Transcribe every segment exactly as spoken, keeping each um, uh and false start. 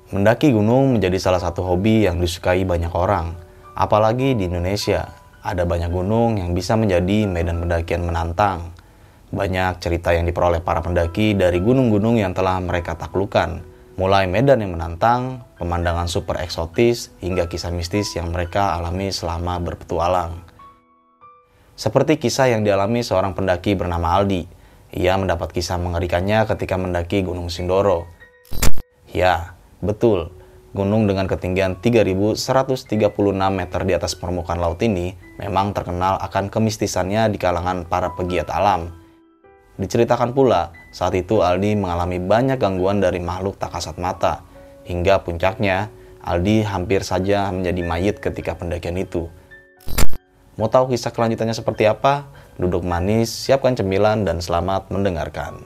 Mendaki gunung menjadi salah satu hobi yang disukai banyak orang. Apalagi di Indonesia, ada banyak gunung yang bisa menjadi medan pendakian menantang. Banyak cerita yang diperoleh para pendaki dari gunung-gunung yang telah mereka taklukkan. Mulai medan yang menantang, pemandangan super eksotis, hingga kisah mistis yang mereka alami selama berpetualang. Seperti kisah yang dialami seorang pendaki bernama Aldi. Ia mendapat kisah mengerikannya ketika mendaki Gunung Sindoro. Ya, betul, gunung dengan ketinggian tiga ribu seratus tiga puluh enam meter di atas permukaan laut ini memang terkenal akan kemistisannya di kalangan para pegiat alam. Diceritakan pula, saat itu Aldi mengalami banyak gangguan dari makhluk tak kasat mata. Hingga puncaknya, Aldi hampir saja menjadi mayit ketika pendakian itu. Mau tahu kisah kelanjutannya seperti apa? Duduk manis, siapkan cemilan, dan selamat mendengarkan.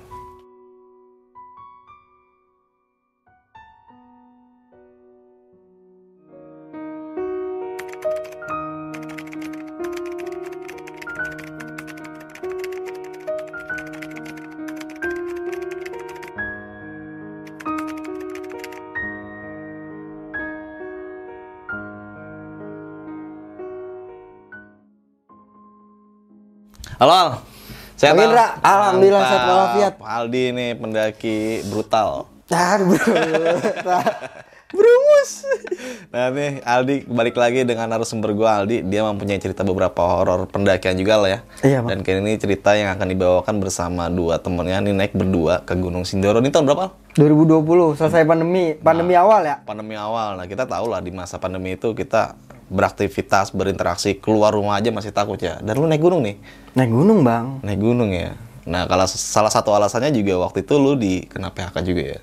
Halo, Al. Sehat, Bang Indra, alhamdulillah sehat walafiat. Aldi ini pendaki brutal. Aduh, brutal. Berumus. Nah nih, Aldi balik lagi dengan narasumber gue, Aldi. Dia mempunyai cerita beberapa horor pendakian juga lah ya. Iya, Bang. Dan kali ini cerita yang akan dibawakan bersama dua temennya. Ini naik berdua ke Gunung Sindoro. Ini tahun berapa, Al? dua ribu dua puluh, selesai pandemi. Pandemi nah, awal ya? Pandemi awal. Nah, kita tahu lah di masa pandemi itu kita beraktivitas, berinteraksi, keluar rumah aja masih takut ya. Dan lu naik gunung nih? Naik gunung, Bang. Naik gunung ya. Nah, kalau salah satu alasannya juga waktu itu lu di kena P H K juga ya.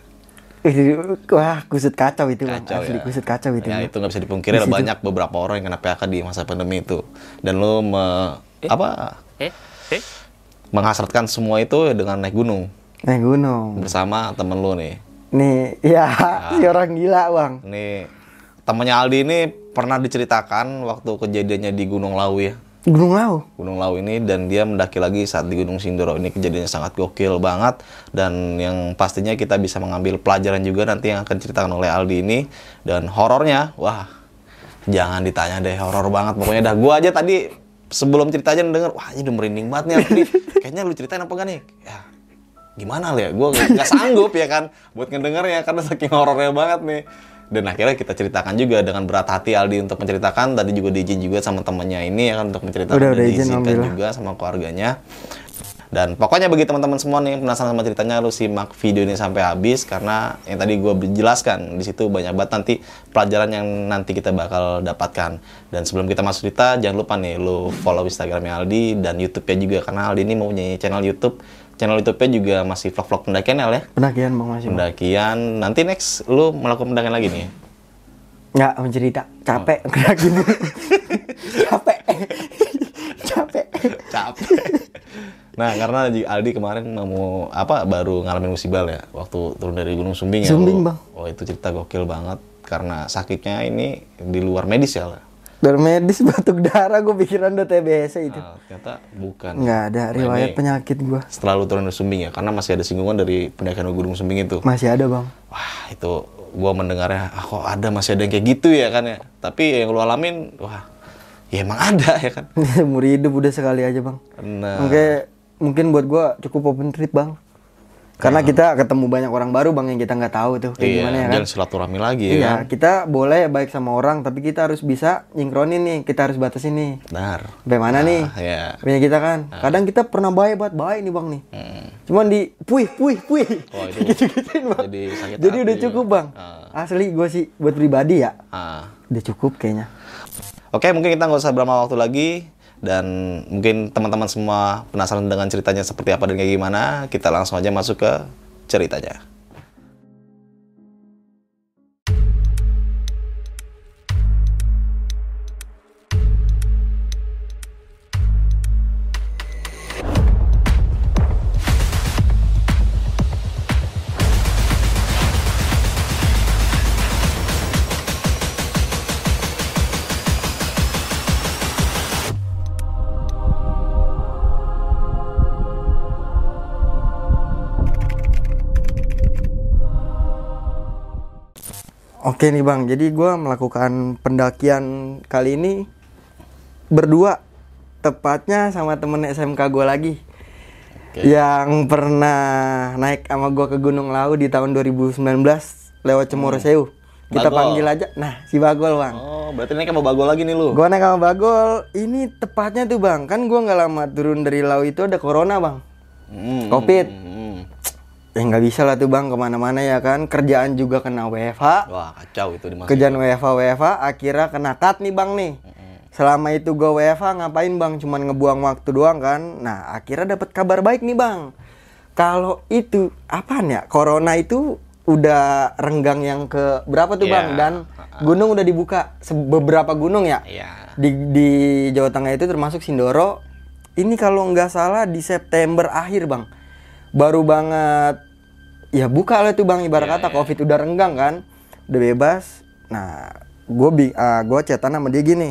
Wah, kusut kacau itu, Bang. Kacau, Asli ya. kusut kacau itu. Ya, Bang. itu nggak bisa dipungkiri ada banyak beberapa orang yang kena P H K di masa pandemi itu. Dan lu me, eh? apa? Eh? Eh? menghasratkan semua itu dengan naik gunung. Naik gunung. Bersama temen lu nih. Nih, ya, nah, si orang gila, Bang. Nih, temennya Aldi ini pernah diceritakan waktu kejadiannya di Gunung Lawu ya. Gunung Lawu? Gunung Lawu ini, dan dia mendaki lagi saat di Gunung Sindoro. Ini kejadiannya sangat gokil banget. Dan yang pastinya kita bisa mengambil pelajaran juga nanti yang akan diceritakan oleh Aldi ini. Dan horornya, wah, jangan ditanya deh, horor banget. Pokoknya dah, gua aja tadi sebelum cerita aja denger, wah ini udah merinding banget nih Aldi. Kayaknya lu ceritain apa gak nih? Ya, gimana lah ya, gue gak sanggup ya kan buat ngedengernya karena saking horornya banget nih. Dan akhirnya kita ceritakan juga dengan berat hati Aldi untuk menceritakan. Tadi juga diizin juga sama temannya ini ya kan untuk menceritakan. Udah, dan udah izin, diizinkan juga sama keluarganya. Dan pokoknya bagi teman-teman semua nih penasaran sama ceritanya, lu simak video ini sampai habis karena yang tadi gue jelaskan di situ banyak banget nanti pelajaran yang nanti kita bakal dapatkan. Dan sebelum kita masuk cerita, jangan lupa nih lu follow Instagramnya Aldi dan YouTube-nya juga karena Aldi ini mau punya channel YouTube. Channel YouTube-nya juga masih vlog-vlog pendakian ya? Pendakian, Bang, masih. Pendakian. Nanti next lu melakukan pendakian lagi nih? Nggak, mencerita. Capek. Oh. Pendaki dulu. Capek. Capek. Capek. Nah, karena Aldi kemarin mau apa baru ngalamin musibah ya waktu turun dari Gunung Sumbing ya. Sumbing, Bang. Oh, itu cerita gokil banget karena sakitnya ini di luar medis ya. Dari medis, batuk darah, gue pikiran udah T B C itu. Nah, ternyata bukan. Nggak ada riwayat nah, penyakit gue. Setelah lu turun dari Sumbing ya, karena masih ada singgungan dari pendakian Gunung Sumbing itu. Masih ada, Bang. Wah, itu gue mendengarnya, ah kok ada, masih ada yang kayak gitu ya kan ya. Tapi yang lu alamin, wah, ya emang ada ya kan. Seumur hidup udah sekali aja, Bang. Nah. Oke, mungkin buat gue cukup open trip, Bang. Karena nah. kita ketemu banyak orang baru, Bang, yang kita nggak tahu tuh kayak iya, gimana ya kan. Jangan silaturahmi lagi ya. Iya, kan? kita boleh baik sama orang, tapi kita harus bisa nyingkronin nih, kita harus batasin nih. Benar. Sampai mana nah, nih? Iya. Punya kita kan. Nah. Kadang kita pernah baik buat baik nih, Bang nih. Hmm. Cuman di puih, puih, puih. Oh, itu gitu-gituin, Bang. Jadi sakit Jadi hati udah cukup, Bang. Ah. Asli gue sih buat pribadi ya. Ah. Udah cukup kayaknya. Oke, mungkin kita nggak usah berlama waktu lagi. Dan mungkin teman-teman semua penasaran dengan ceritanya seperti apa dan kayak gimana. Kita langsung aja masuk ke ceritanya. Oke nih bang, jadi gue melakukan pendakian kali ini berdua, tepatnya sama temen S M K gue lagi. Oke. Yang pernah naik sama gue ke Gunung Lawu di tahun dua ribu sembilan belas lewat Cemoro Hmm. Sewu. Kita Bagol. panggil aja, nah si Bagol bang. Oh, berarti naik sama Bagol lagi nih lu? Gue naik sama Bagol, ini tepatnya tuh bang, kan gue nggak lama turun dari Lawu itu ada corona bang, Hmm, Covid. hmm, hmm. Ya nggak bisa lah tuh bang kemana-mana ya kan, kerjaan juga kena W F H. Wah, kacau itu di masa Kerjaan itu. W F H W F H akhirnya kena cut nih bang nih. Selama itu gue W F H ngapain bang? Cuman ngebuang waktu doang kan. Nah akhirnya dapat kabar baik nih bang. Kalau itu apaan ya? Corona itu udah renggang yang ke berapa tuh Iya. bang? Dan gunung udah dibuka Se- beberapa gunung ya. Iya. Di, di Jawa Tengah itu termasuk Sindoro. Ini kalau nggak salah di September akhir bang. Baru banget ya buka lah tuh bang. Ibarat Iya, kata iya. Covid udah renggang kan. Udah bebas. Nah gue bi uh, gue chatan sama dia gini.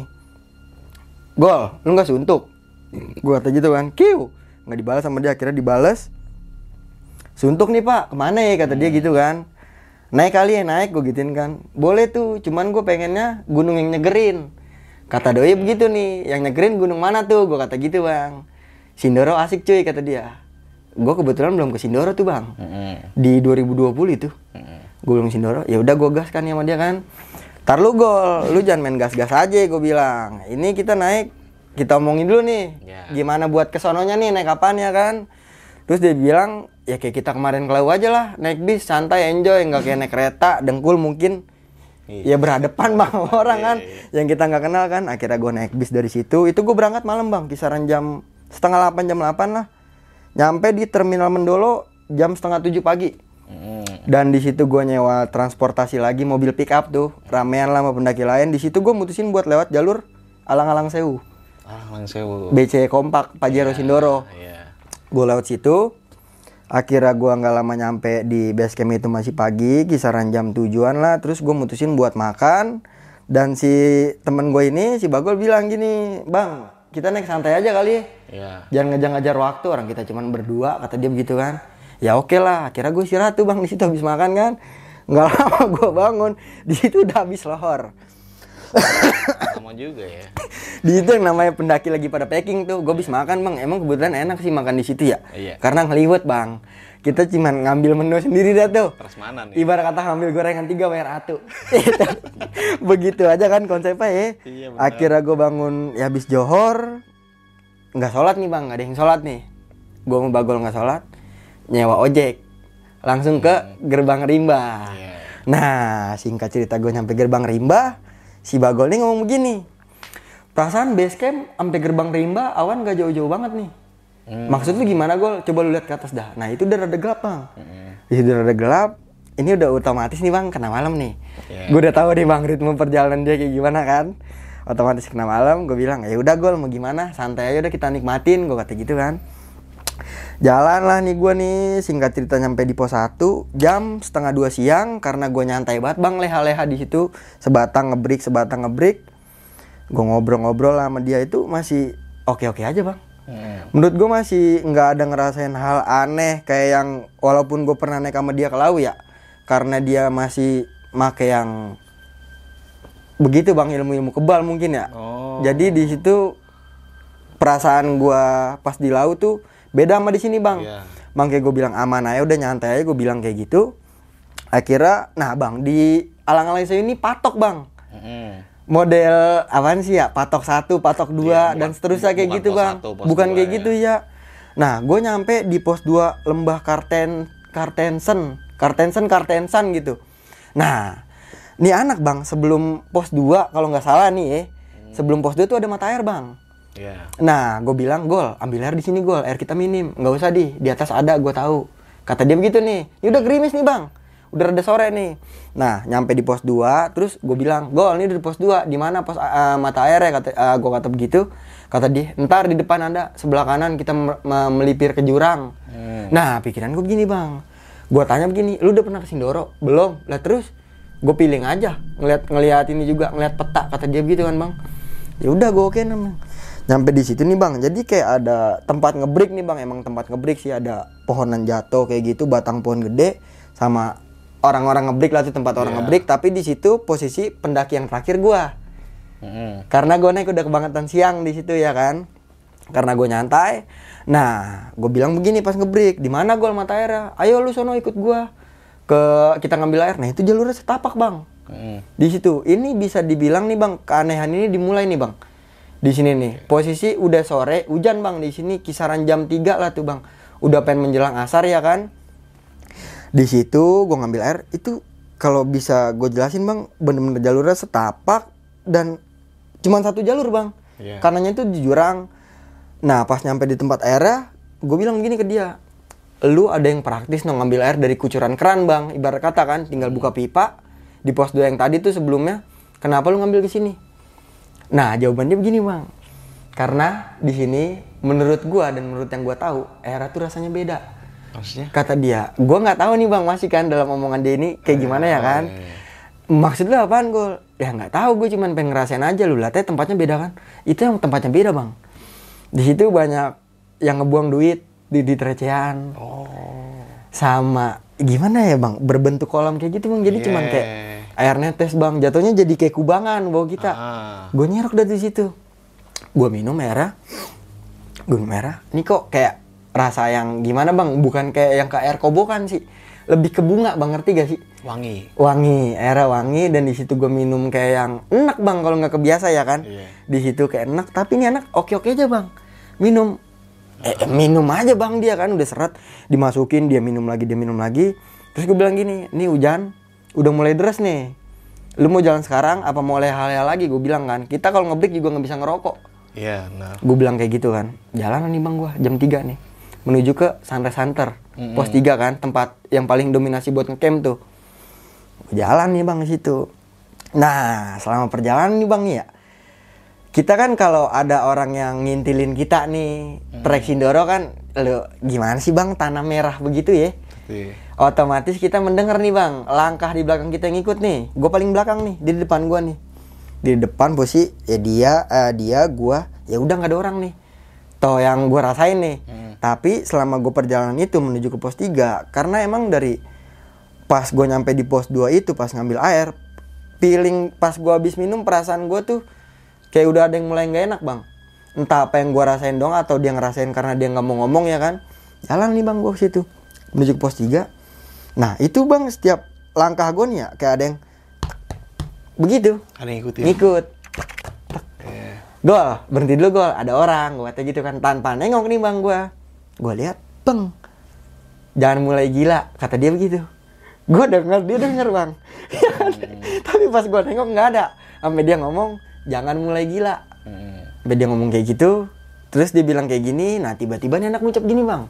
Gol, lu nggak suntuk? Gue kata gitu kan, kiu, nggak dibalas sama dia, akhirnya dibalas. Suntuk nih pak, kemana ya kata dia gitu kan. Naik kali ya naik, gue gituin kan. Boleh tuh, cuman gue pengennya gunung yang nyegerin. Kata doi begitu nih, yang nyegerin gunung mana tuh? Gue kata gitu bang. Sindoro asik cuy kata dia. Gue kebetulan belum ke Sindoro tuh bang. Mm-hmm. Di dua ribu dua puluh itu. Mm-hmm. Gue belum Sindoro, ya udah gue gas kan sama dia kan. Tar lu Gol, lu jangan main gas-gas aja gue bilang. Ini kita naik, kita omongin dulu nih. Yeah. Gimana buat kesononya nih, naik apaan ya kan. Terus dia bilang, ya kayak kita kemarin ke Lawu aja lah. Naik bis, santai, enjoy, nggak kayak naik kereta, dengkul mungkin. Iya. Ya berhadapan bang sama orang kan. Iya, iya. Yang kita nggak kenal kan. Akhirnya gue naik bis dari situ. Itu gue berangkat malam bang, kisaran jam setengah delapan, jam delapan lah. Nyampe di Terminal Mendolo jam setengah tujuh pagi. Mm-hmm. Dan di situ gue nyewa transportasi lagi, mobil pick up tuh, ramean lah sama pendaki lain. Di situ gue mutusin buat lewat jalur Alang-Alang Sewu, Ah, langsung. B C Kompak, Pajero Sindoro. Iya. Gue lewat situ. Akhirnya gue nggak lama nyampe di base camp itu masih pagi, kisaran jam tujuan lah. Terus gue mutusin buat makan. Dan si temen gue ini, si Bagol bilang gini, bang, kita naik santai aja kali ya. Iya. Jangan ngejar-ngejar waktu, orang kita cuman berdua, kata dia begitu kan. Ya oke lah, akhirnya gue istirahat tuh bang di situ habis makan kan. Nggak lama gue bangun, di situ udah habis lohor. Sama juga ya. Di situ yang namanya pendaki lagi pada packing tuh, gue habis makan bang. Emang kebetulan enak sih makan di situ ya. Iya. Karena ngeliwet bang. Kita cuman ngambil menu sendiri dah tuh. Prasmanan ya. Ibarat kata ngambil gorengan tiga bayar satu. Gitu. Begitu aja kan konsepnya ya. Iya, benar. Akhirnya gue bangun ya habis johor. Nggak sholat nih bang, nggak ada yang sholat nih. Gue mau Bagol nggak sholat, nyewa ojek. Langsung ke gerbang Rimba. Iya. Nah singkat cerita gue nyampe gerbang Rimba. Si Bagol nih ngomong begini. Perasaan base camp sampai gerbang Rimba awan gak jauh-jauh banget nih. Hmm. Maksud lu gimana Gol? Coba lu lihat ke atas dah. Nah itu udah rada gelap bang. Hmm. Di situ udah rada gelap. Ini udah otomatis nih bang kena malam nih. Yeah. Gue udah tahu nih bang ritme perjalanan dia kayak gimana kan. Otomatis kena malam. Gue bilang ya udah Gol mau gimana? Santai aja udah kita nikmatin. Gue kata gitu kan. Jalan lah nih gue nih. Singkat cerita nyampe di pos satu jam setengah dua siang karena gue nyantai banget bang leha-leha di situ. Sebatang ngebreak, sebatang ngebreak. Gue ngobrol-ngobrol sama dia itu masih oke-oke aja bang. Hmm. Menurut gue masih nggak ada ngerasain hal aneh kayak yang walaupun gue pernah naik sama dia ke Lawu ya, karena dia masih make yang begitu bang, ilmu-ilmu kebal mungkin ya. Oh. Jadi di situ perasaan gue pas di Lawu tuh beda sama di sini bang. Yeah. Bang kayak gue bilang aman aja, udah nyantai aja gue bilang kayak gitu. Akhirnya, nah bang di Alang-Alang Sewu ini patok bang. Mm-hmm. Model apaan sih ya, patok satu, patok dua, ya, dan seterusnya kayak gitu bang. Satu, bukan kayak ya. Gitu ya. Nah gue nyampe di pos dua Lembah Karten Kartensen Kartensen Kartensan gitu. Nah nih anak bang sebelum pos dua kalau nggak salah nih ya, hmm. sebelum pos dua tuh ada mata air bang. Yeah. Nah gue bilang Gol ambil air di sini Gol, air kita minim, nggak usah di di atas ada gue tahu. Kata dia begitu nih, ini udah gerimis nih bang. Udah rada sore nih. Nah, nyampe di pos dua, terus gue bilang, Gol, ini udah di pos dua. Di mana pos uh, mata air ya? Kata uh, gue kata begitu. Kata dia, ntar di depan Anda, sebelah kanan kita me- me- melipir ke jurang. Hmm. Nah, pikiran gue begini, Bang. Gue tanya begini, lu udah pernah ke Sindoro? Belum. Lah terus gue piling aja, ngeliat ngeliat ini juga, ngeliat peta. Kata dia begitu kan, Bang. Ya udah gue oke namanya. Nyampe di situ nih, Bang. Jadi kayak ada tempat ngebreak nih, Bang. Emang tempat ngebreak sih, ada pohonan jatuh kayak gitu, batang pohon gede sama orang-orang ngebreak lah tuh tempat orang Iya. ngebreak, tapi di situ posisi pendaki yang terakhir gua. Mm-mm. Karena gue naik udah kebangetan siang di situ ya kan. Karena gue nyantai. Nah, gue bilang begini pas ngebreak, di mana gol mata airnya? Ayo lu sono ikut gue ke kita ngambil air. Nah, itu jalurnya setapak, Bang. Mm-mm. Di situ. Ini bisa dibilang nih, Bang, keanehan ini dimulai nih, Bang. Di sini nih. Posisi udah sore, hujan, Bang, di sini kisaran jam tiga lah tuh, Bang. Udah pengen menjelang asar ya kan. Di situ gue ngambil air, itu kalau bisa gue jelasin, Bang, bener-bener jalurnya setapak dan cuman satu jalur, Bang. Iya. Karenanya itu di jurang. Nah, pas nyampe di tempat airnya, gue bilang gini ke dia, lu ada yang praktis no ngambil air dari kucuran keran, Bang. Ibarat kata kan, tinggal buka pipa di pos dua yang tadi tuh sebelumnya. Kenapa lu ngambil ke sini? Nah, jawabannya begini, Bang. Karena di sini menurut gua dan menurut yang gua tahu, airnya tuh rasanya beda. Maksudnya? Kata dia, gua nggak tahu nih, Bang, masih kan dalam omongan dia ini kayak gimana ya kan? Maksud lu apaan, Gol? Ya nggak tahu, gue cuman pengen ngerasain aja. Lu lihat tempatnya beda kan? Itu yang tempatnya beda, Bang. Di situ banyak yang ngebuang duit di di recehan. Oh. Sama gimana ya, Bang? Berbentuk kolam kayak gitu, Bang. Jadi Yeah. cuman kayak air netes, Bang. Jatuhnya jadi kayak kubangan bawa kita. Ah. Gue nyerok dari situ. Gue minum airnya. Gue minum airnya. Ini kok kayak rasa yang gimana, Bang? Bukan kayak yang ke air kobokan sih. Lebih ke bunga, Bang, ngerti gak sih? Wangi. Wangi, airnya wangi, dan di situ gue minum kayak yang enak, Bang, kalau nggak kebiasa ya kan. Iya. Di situ kayak enak, tapi ini enak oke-oke aja, Bang. Minum. Eh, eh, minum aja, Bang, dia kan udah seret, dimasukin, dia minum lagi, dia minum lagi. Terus gue bilang gini, "Nih hujan, udah mulai deras nih. Lu mau jalan sekarang apa mau hal-hal lagi?" Gue bilang kan. Kita kalau ngebreak juga nggak bisa ngerokok. Iya, benar. Gue bilang kayak gitu kan. Jalan nih, Bang, gua jam tiga nih. Menuju ke Sunrise Hunter. Mm-mm. Pos tiga kan, tempat yang paling dominasi buat ngecamp tuh. Jalan nih, Bang, di situ. Nah, selama perjalanan nih, Bang, ya. Kita kan kalau ada orang yang ngintilin kita nih, trek Sindoro kan, lu gimana sih, Bang, tanah merah begitu ya? Iya. Otomatis kita mendengar nih, Bang, langkah di belakang kita yang ngikut nih. Gue paling belakang nih, di depan gua nih. Di depan posisi ya dia, eh, dia, gua, ya udah nggak ada orang nih. Toh yang gua rasain nih. Hmm. Tapi selama gue perjalanan itu menuju ke pos tiga, karena emang dari pas gue nyampe di pos dua itu pas ngambil air, feeling pas gue habis minum, perasaan gue tuh kayak udah ada yang mulai nggak enak, Bang. Entah apa yang gue rasain dong atau dia ngerasain karena dia nggak mau ngomong ya kan. Jalan nih, Bang, gue ke situ menuju ke pos tiga. Nah itu, Bang, setiap langkah gue nih ya kayak ada yang begitu Ada yang ikutin. ngikut. Iya. Gol, berhenti dulu, Gol, ada orang, gue kata gitu kan, tanpa nengok nih, Bang, gue gue lihat, Bang, jangan mulai gila, kata dia begitu. Gue denger, dia denger, Bang. Tapi pas gue nengok nggak ada. Sampai dia ngomong, jangan mulai gila. Mm. Sampai dia ngomong kayak gitu. Terus dia bilang kayak gini. Nah, tiba-tiba nih anak ngucap gini, Bang.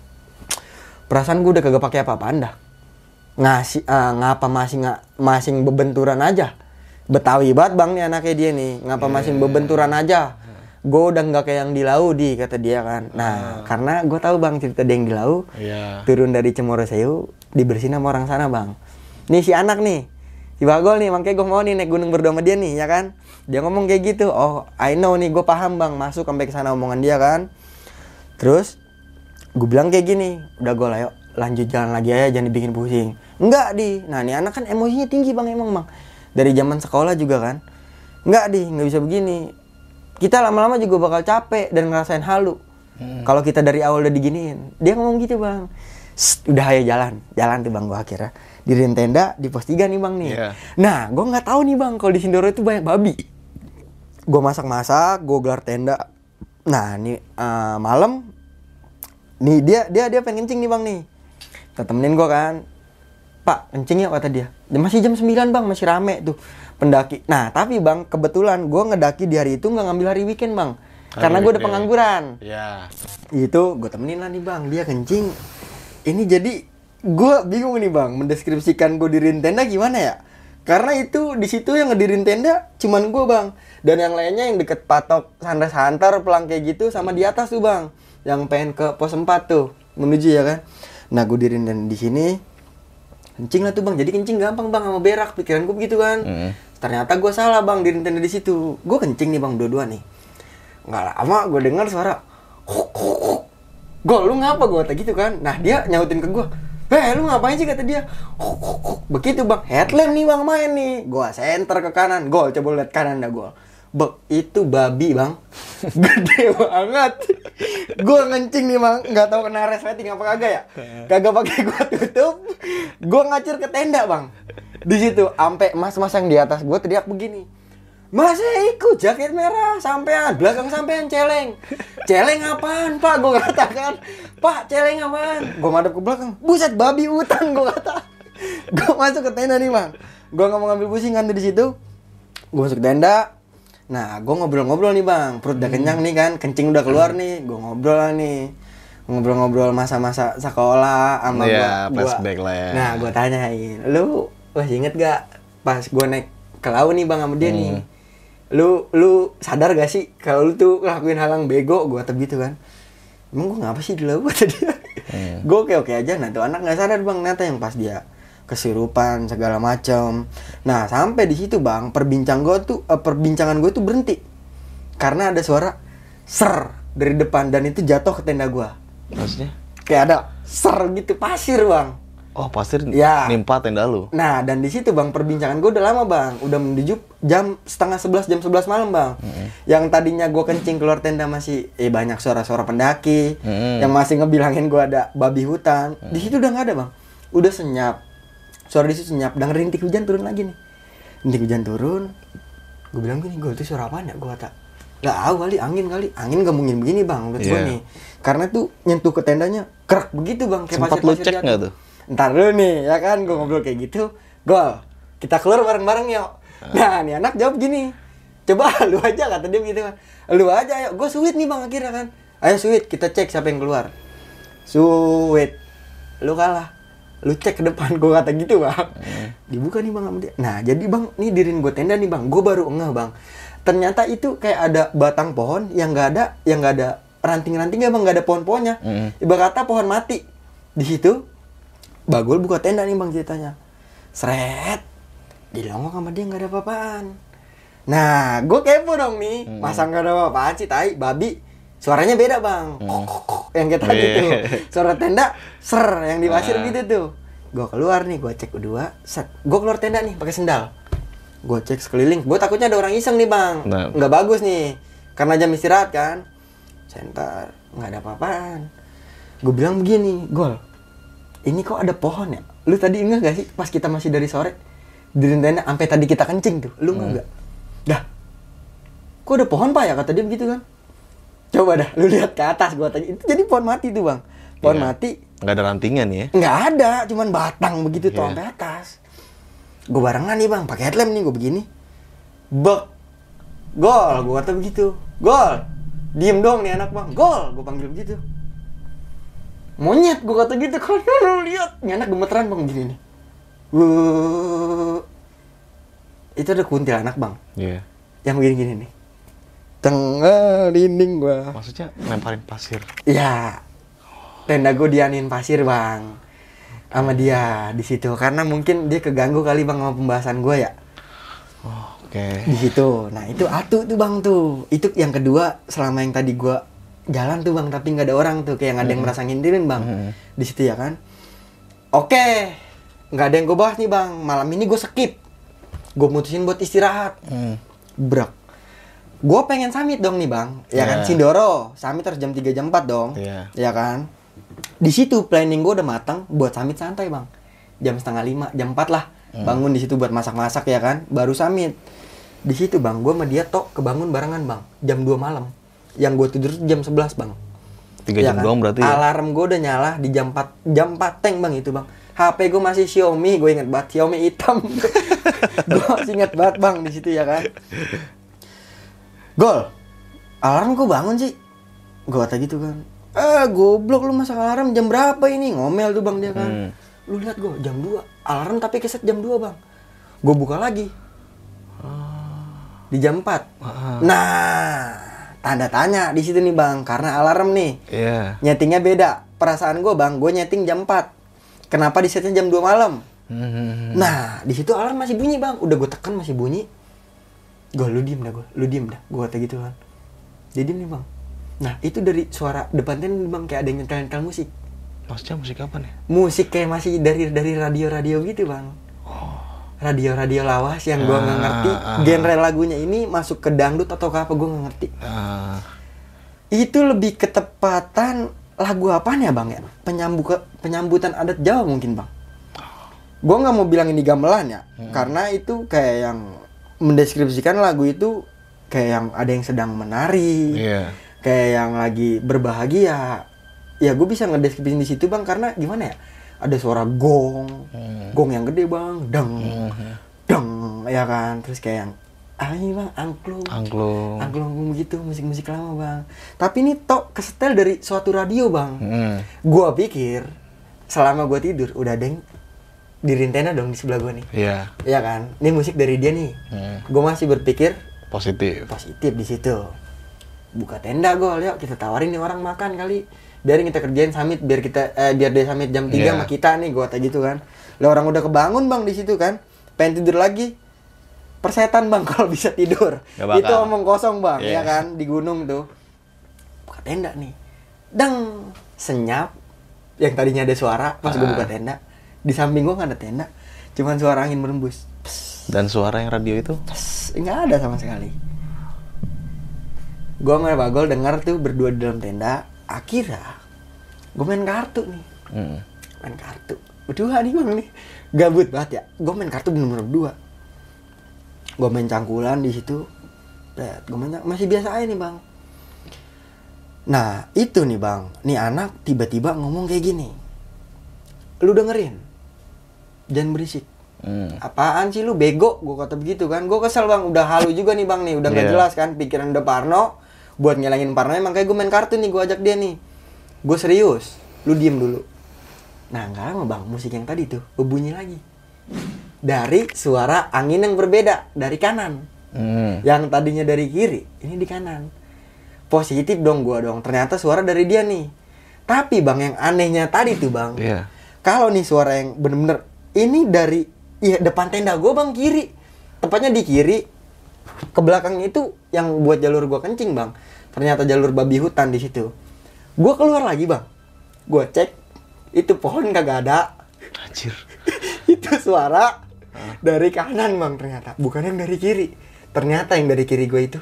Perasaan gue udah kagak pakai apa-apaan dah. Ngasih, uh, ngapa masih nggak masing bebenturan aja. Betawi banget, Bang, nih anaknya dia nih. Ngapa Yeah. masing bebenturan aja. Gue udah nggak kayak yang di Laudi, kata dia kan. Nah, karena gue tahu, Bang, cerita dia yang di Lau. Iya. Turun dari Cemoro Sewu, dibersihin sama orang sana, Bang. Nih si anak nih, si Bagol nih, makanya gue mau nih naik gunung berdua sama dia nih, ya kan. Dia ngomong kayak gitu. Oh, I know nih, gue paham, Bang. Masuk sampai ke sana omongan dia kan. Terus gue bilang kayak gini, udah Gol, ayo lanjut jalan lagi aja, jangan dibikin pusing. Enggak, Di. Nah, nih anak kan emosinya tinggi, Bang, emang, Bang. Dari zaman sekolah juga kan. Enggak, Di, nggak bisa begini. Kita lama-lama juga bakal capek dan ngerasain halu. Hmm. Kalau kita dari awal udah diginiin. Dia ngomong gitu, Bang. Sst, udah ayo jalan. Jalan tuh, Bang, gua akhirnya diriin tenda di pos tiga nih, Bang, nih. Yeah. Nah, gua nggak tahu nih, Bang, kalau di Sindoro itu banyak babi. Gua masak-masak, gua gelar tenda. Nah, nih uh, malam nih dia dia dia pengen kencing nih, Bang, nih. Kita temenin gua kan. Pak, kencing ya, kata dia. Masih jam sembilan, Bang, masih rame tuh pendaki. Nah, tapi, Bang, kebetulan gue ngedaki di hari itu nggak ngambil hari weekend, Bang. Hari Karena gue udah weekday. pengangguran. Iya. Itu gue temenin lah nih, Bang. Dia kencing. Ini jadi gue bingung nih, Bang, mendeskripsikan gue diriin tenda gimana ya? Karena itu di situ yang ngedirin tenda cuman gue, Bang. Dan yang lainnya yang deket patok Sunrise Hunter, pelang kayak gitu, sama di atas tuh, Bang. Yang pengen ke pos empat tuh, menuju ya kan. Nah, gue diriin tenda di sini. Kencing lah tuh, Bang. Jadi kencing gampang, Bang, sama berak. Pikiran gue begitu kan. Mm. Ternyata gue salah, Bang, diriin tenda di situ. Gue kencing nih, Bang, dua-dua nih. Nggak lama gue dengar suara Gol, lu ngapa? Gue kata gitu kan. Nah, dia nyautin ke gue, "Heh, lu ngapain sih?" kata dia. Begitu bang, headlamp nih bang main nih. Gua center ke kanan, gol, coba lihat kanan dah gol. Bek, itu babi bang, gede banget. Gua ngencing nih bang, nggak tahu kena resleting apa kagak ya. Kagak pakai gua tutup, gua ngacir ke tenda bang. Di situ, ampe mas-mas yang di atas gua teriak begini. "Mas Eko jaket merah sampean, belakang sampean celeng." "Celeng apaan pak?" Gue katakan. "Pak celeng apaan?" Gue madep ke belakang. "Buset babi hutan," gue kata. Gue masuk ke tenda nih bang. Gue nggak mau ngambil pusing kan di situ. Gue masuk ke tenda. Nah gue ngobrol-ngobrol nih bang. Perut udah kenyang nih kan, kencing udah keluar nih. Gue ngobrol lah nih. Ngobrol-ngobrol masa-masa sekolah sama yeah, gue. Flashback lah ya. Nah gue tanyain, "Lu masih inget gak pas gue naik ke laut nih bang sama dia hmm. nih? Lu lu sadar gak sih kalau lu tuh ngelakuin hal yang bego?" Gue kata gitu kan. "Emang gue ngapa sih di laut?" kata dia. Hmm. Gue oke-oke aja. Nah tuh anak nggak sadar bang, ternyata yang pas dia kesurupan segala macam. Nah sampai di situ bang, perbincang gue tuh uh, perbincangan gue tuh berhenti karena ada suara ser dari depan dan itu jatuh ke tenda gue. Maksudnya? Kayak ada ser gitu, pasir bang. Oh pasir ya. Nimpa tenda lu. Nah dan di situ bang perbincangan gue udah lama bang, udah menuju jam setengah sebelas jam sebelas malam bang. Mm-hmm. Yang tadinya gue kencing keluar tenda masih eh banyak suara-suara pendaki, mm-hmm. yang masih ngebilangin gue ada babi hutan. Mm-hmm. Di situ udah nggak ada bang, udah senyap. Suara di situ senyap dan rintik hujan turun lagi nih. Rintik hujan turun. Gue bilang gini, "Gue itu suara apaan ya?" Gue kata, "Lah kali angin kali, angin gak mungkin begini bang." Menurut yeah. gue nih, karena tuh nyentuh ke tendanya kerak begitu bang. Kayak sempat lu cek nggak tuh? Ntar dulu nih, ya kan, gue ngobrol kayak gitu. "Gol, kita keluar bareng-bareng yuk." Nah, nih anak jawab gini, "Coba lu aja," kata dia gitu kan. "Lu aja ayo." Gue sweet nih bang akhirnya kan. "Ayo sweet, kita cek siapa yang keluar." "Sweet, lu kalah. Lu cek ke depan," gue kata gitu bang. Hmm. Dibuka nih bang sama dia. Nah, jadi bang, nih dirin gue tenda nih bang. Gue baru ngeh bang. Ternyata itu kayak ada batang pohon yang nggak ada, yang nggak ada ranting-rantingnya bang, nggak ada pohon-pohonnya. Hmm. Ibarat kata pohon mati. Di situ Bagol buka tenda nih bang ceritanya. Seret. Dilongok sama dia gak ada apa-apaan. Nah gue kepo dong nih. Hmm. Masa gak ada apa-apaan sih tai. Babi suaranya beda bang. Hmm. Yang kita gitu. Suara tenda ser. Yang di pasir nah. gitu tuh. Gue keluar nih. Gue cek kedua. Set. Gue keluar tenda nih pakai sendal. Gue cek sekeliling. Gue takutnya ada orang iseng nih bang. Nah. Gak bagus nih. Karena jam istirahat kan. Center. Gak ada apa-apaan. Gue bilang begini. Gol, ini kok ada pohon ya? Lu tadi enggak gak sih pas kita masih dari sore di tenda sampai tadi kita kencing tuh? Lu enggak? Hmm. Dah. Kok ada pohon pak ya? Kata dia begitu kan. Coba dah lu lihat ke atas gua tanya. Itu jadi pohon mati tuh, Bang. Pohon yeah. mati. Enggak ada rantingan ya? Enggak ada, cuman batang begitu tuh yeah. sampai atas. Gua barengan nih, Bang, pakai headlamp nih gua begini. Bek. Gol, gua kata begitu. Gol. Diem dong nih anak, Bang. Gol, gua panggil begitu. Monyet, gue kata gitu kan, lu lihat, ini anak gemeteran bang gini nih. Wuh. Itu ada kuntilanak bang. Iya. Yeah. Yang begini-gini nih. Tengah dinding gue. Maksudnya lemparin pasir? Iya. Tenda gue dianin pasir bang. Sama dia di situ, karena mungkin dia keganggu kali bang sama pembahasan gue ya. Oh, oke. Okay. Di situ. Nah itu atu tuh bang tuh. Itu yang kedua selama yang tadi gue jalan tuh bang, tapi nggak ada orang tuh, kayak nggak ada yang merasa ngintilin bang. Hmm. Di situ ya kan. Oke, nggak ada yang gue bahas nih bang. Malam ini gue skip. Gue mutusin buat istirahat. Hmm. Brak. Gue pengen summit dong nih bang. Ya yeah. kan, Sindoro. Summit harus jam tiga jam empat dong. Yeah. Ya kan. Di situ planning gue udah matang buat summit santai bang. Jam setengah lima, jam empat lah. Hmm. Bangun di situ buat masak-masak ya kan. Baru summit. Di situ bang, gue sama dia tok kebangun barengan bang. Jam dua malam. Yang gue tidur jam sebelas bang. tiga jam ya kan? Doang berarti ya? Alarm gue udah nyala di jam empat. Jam empat teng bang itu bang. H P gue masih Xiaomi. Gue inget banget Xiaomi hitam. Gue masih inget banget bang di situ ya kan. Gol. Alarm gue bangun sih. Gue kata gitu kan. Eh goblok lu masak alarm jam berapa ini? Ngomel tuh bang dia kan. Hmm. Lu lihat gue jam dua. Alarm tapi keset jam dua bang. Gue buka lagi. Di jam empat. Ah. Nah, tanda tanya di situ nih bang, karena alarm nih. Yeah. Nyetingnya beda. Perasaan gue bang, gue nyeting jam empat. Kenapa di setnya jam dua malam? Hmm. Nah, di situ alarm masih bunyi bang. Udah gue tekan masih bunyi. Gue lu diem dah gue, lu diem dah. Gue kata gitu kan. Dia diem nih bang. Nah, itu dari suara depan tenda bang, kayak ada yang nyetel-nyetel musik. Maksudnya musik apa nih? Musik kayak masih dari dari radio-radio gitu bang. Radio-radio lawas yang gue nggak Ah, ngerti ah. genre lagunya ini masuk ke dangdut atau ke apa gue nggak ngerti. Ah, Itu lebih ketepatan lagu apaan ya bang ya? Penyambuka, penyambutan adat Jawa mungkin bang. Gue nggak mau bilang ini gamelan ya, Hmm. karena itu kayak yang mendeskripsikan lagu itu kayak yang ada yang sedang menari, iya. kayak yang lagi berbahagia. Ya gue bisa ngedeskripsiin di situ bang, karena gimana ya? Ada suara gong, Hmm. gong yang gede bang, dang, Hmm. dang, ya kan. Terus kayak yang ah ini bang, angklung. Angklung. Angklung gitu, musik-musik lama bang. Tapi ini tok kesetel dari suatu radio bang. Hmm. Gua pikir selama gua tidur udah ada yang diriin tenda dong di sebelah gua nih. Iya. Iya kan? Ini musik dari dia nih. Hmm. Gua masih berpikir Positif. positif di situ. Buka tenda gol, yuk kita tawarin nih orang makan kali. Biarin kita kerjain summit biar kita eh, biar dia summit jam tiga Iya. sama kita nih, gua kata gitu kan. Lah orang udah kebangun bang di situ kan. Pengen tidur lagi. Persetan bang kalau bisa tidur. Gak bakal. Itu omong kosong bang, Iya. ya kan, di gunung tuh. Buka tenda nih. Dang, senyap. Yang tadinya ada suara pas gue Ah. buka tenda. Di samping gue nggak ada tenda. Cuman suara angin berembus. Pss, Dan suara yang radio itu? pss, nggak ada sama sekali. Gue sama Bagol dengar tuh berdua di dalam tenda. Akhirnya gue main kartu nih. Hmm. Main kartu. Berdua nih bang nih. Gabut banget ya. Gue main kartu bener-bener berdua. Gue main cangkulan di situ. Gue main cang- masih biasa aja nih bang. Nah itu nih bang, nih anak tiba-tiba ngomong kayak gini. Lu dengerin, jangan berisik. Hmm. Apaan sih lu bego? Gue kata begitu kan. Gue kesel bang, udah halu juga nih bang nih, udah nggak Iya. jelas kan. Pikiran udah parno, buat ngelangin parno. Makanya gue main kartu nih, gue ajak dia nih. Gue serius, lu diem dulu. Nah nggak lama bang, musik yang tadi tuh berbunyi lagi. Dari suara angin yang berbeda dari kanan. Hmm. Yang tadinya dari kiri, ini di kanan. Positif dong gua dong. Ternyata suara dari dia nih. Tapi bang yang anehnya tadi tuh bang. Iya. Kalau nih suara yang bener-bener ini dari ya depan tenda gua bang kiri. Tepatnya di kiri. Ke belakangnya itu yang buat jalur gua kencing bang. Ternyata jalur babi hutan di situ. Gua keluar lagi bang. Gua cek itu pohon kagak ada. Anjir. Itu suara dari kanan bang ternyata. Bukan yang dari kiri. Ternyata yang dari kiri gue itu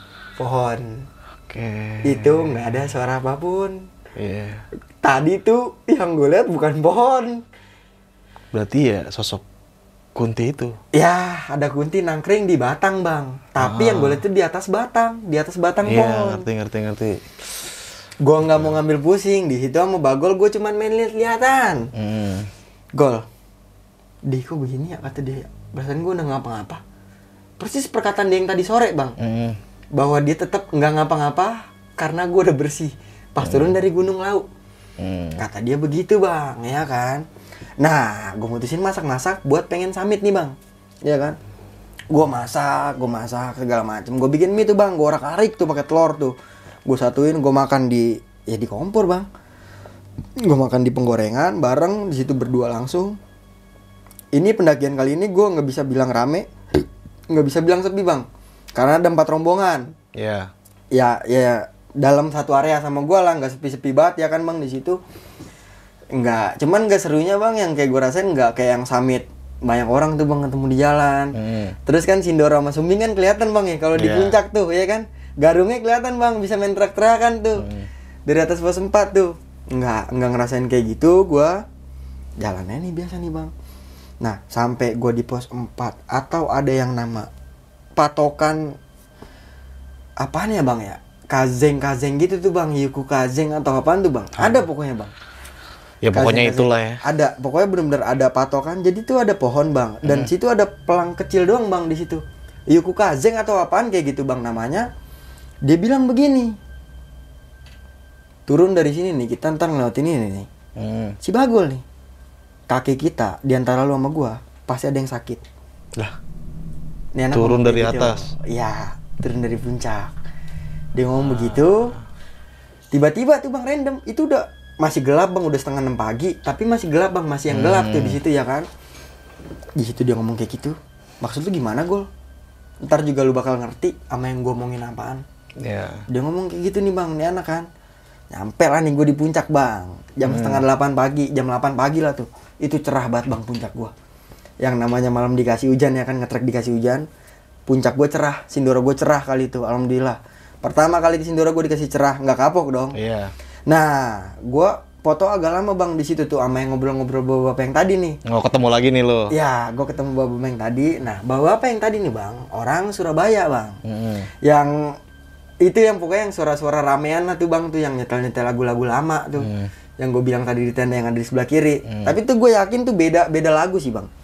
pohon. Oke. Itu nggak ada suara apapun. Iya. Tadi tuh yang gue lihat bukan pohon. Berarti ya sosok Kunti itu. Ya ada kunti nangkring di batang bang. Tapi yang gue lihat itu di atas batang, di atas batang Iya, pohon. ngerti ngerti ngerti. Gue nggak mau ngambil pusing di situ sama Bagol. Gue cuman main lihat-lihatan. Hmm. Gol, di kok begini ya kata dia. Perasaan gue udah ngapa-ngapa. Persis perkataan dia yang tadi sore bang. Hmm. Bahwa dia tetap nggak ngapa-ngapa karena gue udah bersih pas turun dari Gunung Lau. Hmm. Kata dia begitu bang, ya kan. Nah gue mutusin masak-masak buat pengen summit nih bang, ya kan. Gue masak, gue masak segala macem. Gue bikin mie tuh bang, gue orak-arik tuh pakai telur tuh. Gue satuin, gue makan di ya di kompor bang. Gue makan di penggorengan bareng di situ berdua langsung. Ini pendakian kali ini gue nggak bisa bilang rame, nggak bisa bilang sepi bang, karena ada empat rombongan. Iya. Ya ya dalam satu area sama gue lah, nggak sepi-sepi banget ya kan bang di situ. Nggak, cuman nggak serunya bang yang kayak gue rasain nggak kayak yang summit banyak orang tuh bang ketemu di jalan. Hmm. Terus kan Sindoro sama Sumbing kan kelihatan bang ya kalau di Iya. puncak tuh ya kan. Garungnya kelihatan bang, bisa main terak-terakan tuh. Hmm. Dari atas pos empat tuh. Nggak, nggak ngerasain kayak gitu gue. Jalannya nih biasa nih bang. Nah sampai gue di pos empat atau ada yang nama patokan apaan ya bang ya? Kazeng-kazeng gitu tuh bang, Yuku Kazeng atau apaan tuh bang? Ada pokoknya bang. Ya pokoknya Kazeng-kazeng. itulah ya. Ada, pokoknya benar-benar ada patokan. Jadi tuh ada pohon bang, dan Hmm. situ ada pelang kecil doang bang di situ. Yuku Kazeng atau apaan kayak gitu bang namanya. Dia bilang begini, turun dari sini nih, kita ntar ngelewatin ini nih. Hmm. Si Bagol nih, kaki kita di antara lu sama gua pasti ada yang sakit. Lah. Nih anak Turun ngomong dari kayak gitu. atas? Iya, turun dari puncak. Dia ngomong begitu. Tiba-tiba tuh bang random, itu udah masih gelap bang, udah setengah enam pagi, tapi masih gelap bang, masih yang gelap Hmm. tuh di situ ya kan. Di situ dia ngomong kayak gitu. Maksud lu gimana Gol? Ntar juga lu bakal ngerti sama yang gua omongin apaan. Ya. Dia ngomong kayak gitu nih bang, nih anak kan. Nyampe lah nih gue di puncak bang. Jam Hmm. setengah delapan pagi, jam delapan pagi lah tuh. Itu cerah banget bang puncak gue. Yang namanya malam dikasih hujan ya kan, ngetrek dikasih hujan. Puncak gue cerah, Sindoro gue cerah kali itu, alhamdulillah. Pertama kali ke Sindoro gue dikasih cerah, nggak kapok dong. Iya. Nah, gue foto agak lama bang di situ tuh sama yang ngobrol-ngobrol bapak-bapak yang tadi nih. Oh, ketemu lagi nih lo. Ya, gue ketemu bapak-bapak yang tadi. Nah, bapak-bapak yang tadi nih bang, orang Surabaya bang. Mm-mm. Yang itu yang pokoknya yang suara-suara ramean lah tuh bang tuh, yang nyetel-nyetel lagu-lagu lama tuh. Hmm. Yang gue bilang tadi di tenda yang ada di sebelah kiri. Hmm. Tapi tuh gue yakin tuh beda beda lagu sih bang.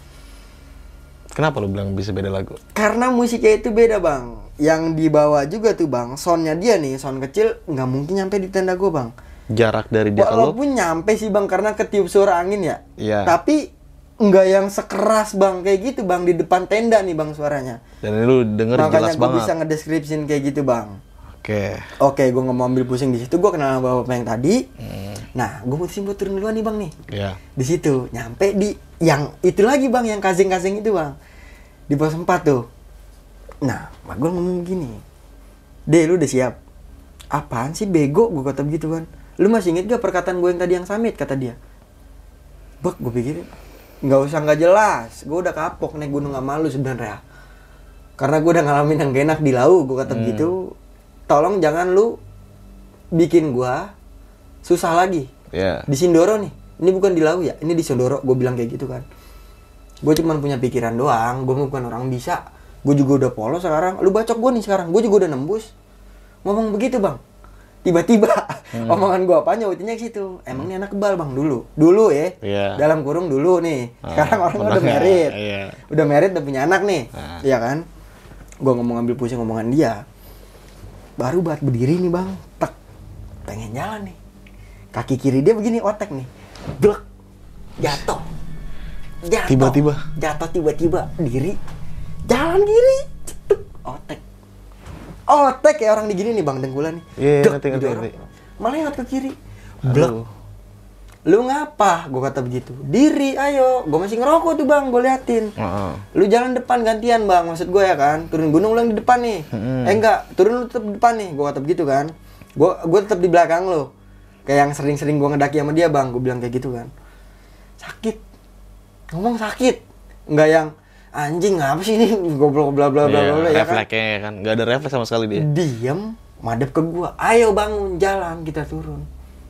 Kenapa lo bilang bisa beda lagu? Karena musiknya itu beda bang. Yang dibawa juga tuh bang, soundnya dia nih, sound kecil nggak mungkin nyampe di tenda gue bang. Jarak dari dia ke lo? Walaupun nyampe sih bang, karena ketiup suara angin ya. Iya. Tapi nggak yang sekeras bang kayak gitu bang di depan tenda nih bang suaranya. Dan lu denger Makanya jelas gue banget. bisa ngedeskripsiin kayak gitu bang. Oke. Oke, gue nggak mau ambil pusing di situ. Gue kenal sama bapak yang tadi. Hmm. Nah, gue mutusin buat turun duluan nih bang nih. Iya. Di situ nyampe di yang itu lagi bang, yang kazing-kazing itu bang, di pos empat tuh. Nah, mak gue ngomong gini, "Deh, lu udah siap?" "Apaan sih bego?" gue kata begitu kan. "Lu masih inget gak perkataan gue yang tadi yang summit?" kata dia. Bak, gue pikirin nggak usah nggak jelas, gue udah kapok naik gunung nggak malu sebenarnya, karena gue udah ngalamin yang gak enak di lau. Gue kata Hmm. begitu, tolong jangan lu bikin gue susah lagi. Iya. Di Sindoro nih, ini bukan di Lau ya, ini di Sindoro. Gue bilang kayak gitu kan. Gue cuma punya pikiran doang, gue bukan orang bisa. Gue juga udah polos sekarang. Lu bacok gue nih sekarang, gue juga udah nembus. Ngomong begitu bang. Tiba-tiba Hmm. omongan gue apa nyautinnya ke situ. Emang nih anak kebal bang dulu, dulu ya. Iya. Dalam kurung dulu nih. Ah, Sekarang orang udah udah married, iya. udah married, udah punya anak nih, Ah. iya kan? Gue ngomong ambil pusing omongan dia. Baru buat berdiri nih bang, tek, pengen jalan nih. Kaki kiri dia begini otek nih, blek, jatuh, jatuh, Tiba-tiba? jatuh tiba-tiba, diri, jalan kiri, cetuk, otek, otek kayak orang digini nih bang dengkulan nih, Iya, Dek, ngerti, ngerti, didorong. ngerti. Malah ingat ke kiri, blek, Aduh. lu ngapa? Gue kata begitu, diri, ayo, gue masih ngerokok tuh bang, gue liatin. Heeh. Lu jalan depan gantian bang, maksud gue ya kan, turun gunung lu yang di depan nih. Hmm. Eh enggak, turun lu tetap di depan nih, gue kata begitu kan. Gue gue tetap di belakang lu, kayak yang sering-sering gue ngedaki sama dia bang, gue bilang kayak gitu kan. Sakit, ngomong sakit, enggak yang anjing apa sih ini, goblok bla bla bla Iya, bla ya kan. refleksnya ya kan. Gak ada refleks sama sekali dia. Diem, madep ke gue, ayo bangun jalan kita turun.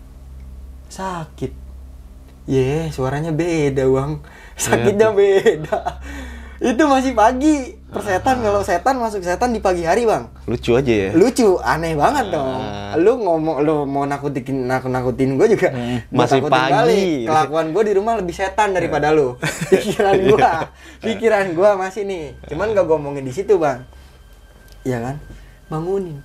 Sakit, ye suaranya beda bang, sakitnya beda. Itu masih pagi. Persetan kalau setan masuk setan di pagi hari bang. Lucu aja ya. Lucu, aneh banget dong. Ah. Lu ngomong, lu mau nakutin nakut nakutin gue juga. Hmm, Gua masih takutin pagi. balik. Kelakuan gue di rumah lebih setan daripada lu. Pikiran gue, pikiran gue masih nih. Cuman gak gue omongin di situ bang. Iya kan? Bangunin.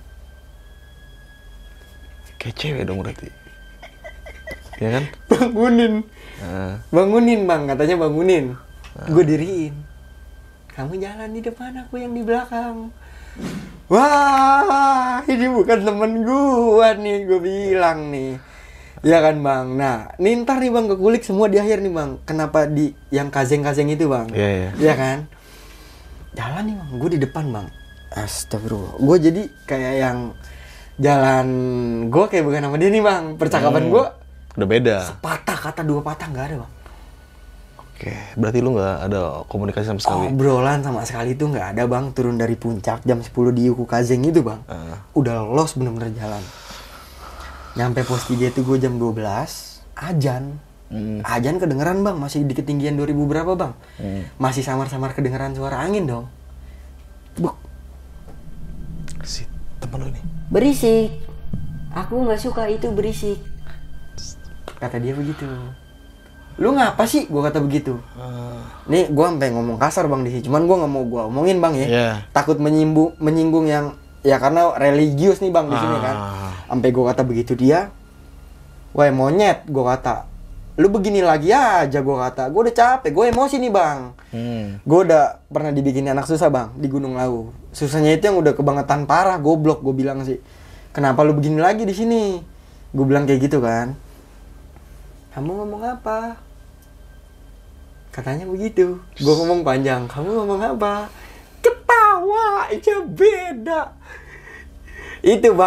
Kayak cewek dong berarti. Ya kan? Bangunin. Nah, Bangunin bang, katanya bangunin. Gue diriin. Kamu jalan di depan, aku yang di belakang. Wah, ini bukan temen gua nih, gue bilang nih. Ya kan bang. Nah, nih ntar nih bang, kekulik semua di akhir nih bang. Kenapa di yang kazeng-kazeng itu bang? Iya, iya. Iya kan? Jalan nih bang, gue di depan bang. Astagfirullah. Gue jadi kayak yang jalan, gue kayak bukan sama dia nih bang. Percakapan Hmm. gue udah beda. patah kata dua patah nggak ada bang. Oke, berarti lu nggak ada komunikasi sama sekali. Obrolan sama sekali itu nggak ada bang. Turun dari puncak jam sepuluh di Yuku Kazeng itu bang. Ah. Udah los bener-bener jalan. Nyampe pos tiga itu gue jam dua belas. Ajan. Hmm. Ajan kedengeran bang. Masih di ketinggian dua ribu berapa bang. Hmm. Masih samar-samar kedengeran suara angin dong. Buk. Si temen lu nih. Berisik. Aku nggak suka itu berisik. Kata dia begitu. Lu ngapa sih? Gue kata begitu. Ah. Nih gue sampai ngomong kasar bang di sini. Cuman gue nggak mau gue omongin bang ya. Iya. Takut menyinggung menyinggung yang ya karena religius nih bang di sini kan. Ah. Sampai gue kata begitu dia. Wah monyet, gue kata. Lu begini lagi aja, gue kata. Gue udah capek, gue emosi nih bang. Hmm. Gue udah pernah dibikin anak susah bang di Gunung Lawu. Susahnya itu yang udah kebangetan parah, goblok gue bilang sih. Kenapa lu begini lagi di sini? Gue bilang kayak gitu kan. Kamu ngomong apa? Katanya begitu. Gue ngomong panjang. Kamu ngomong apa? Ketawa aja beda. Itu bang ya.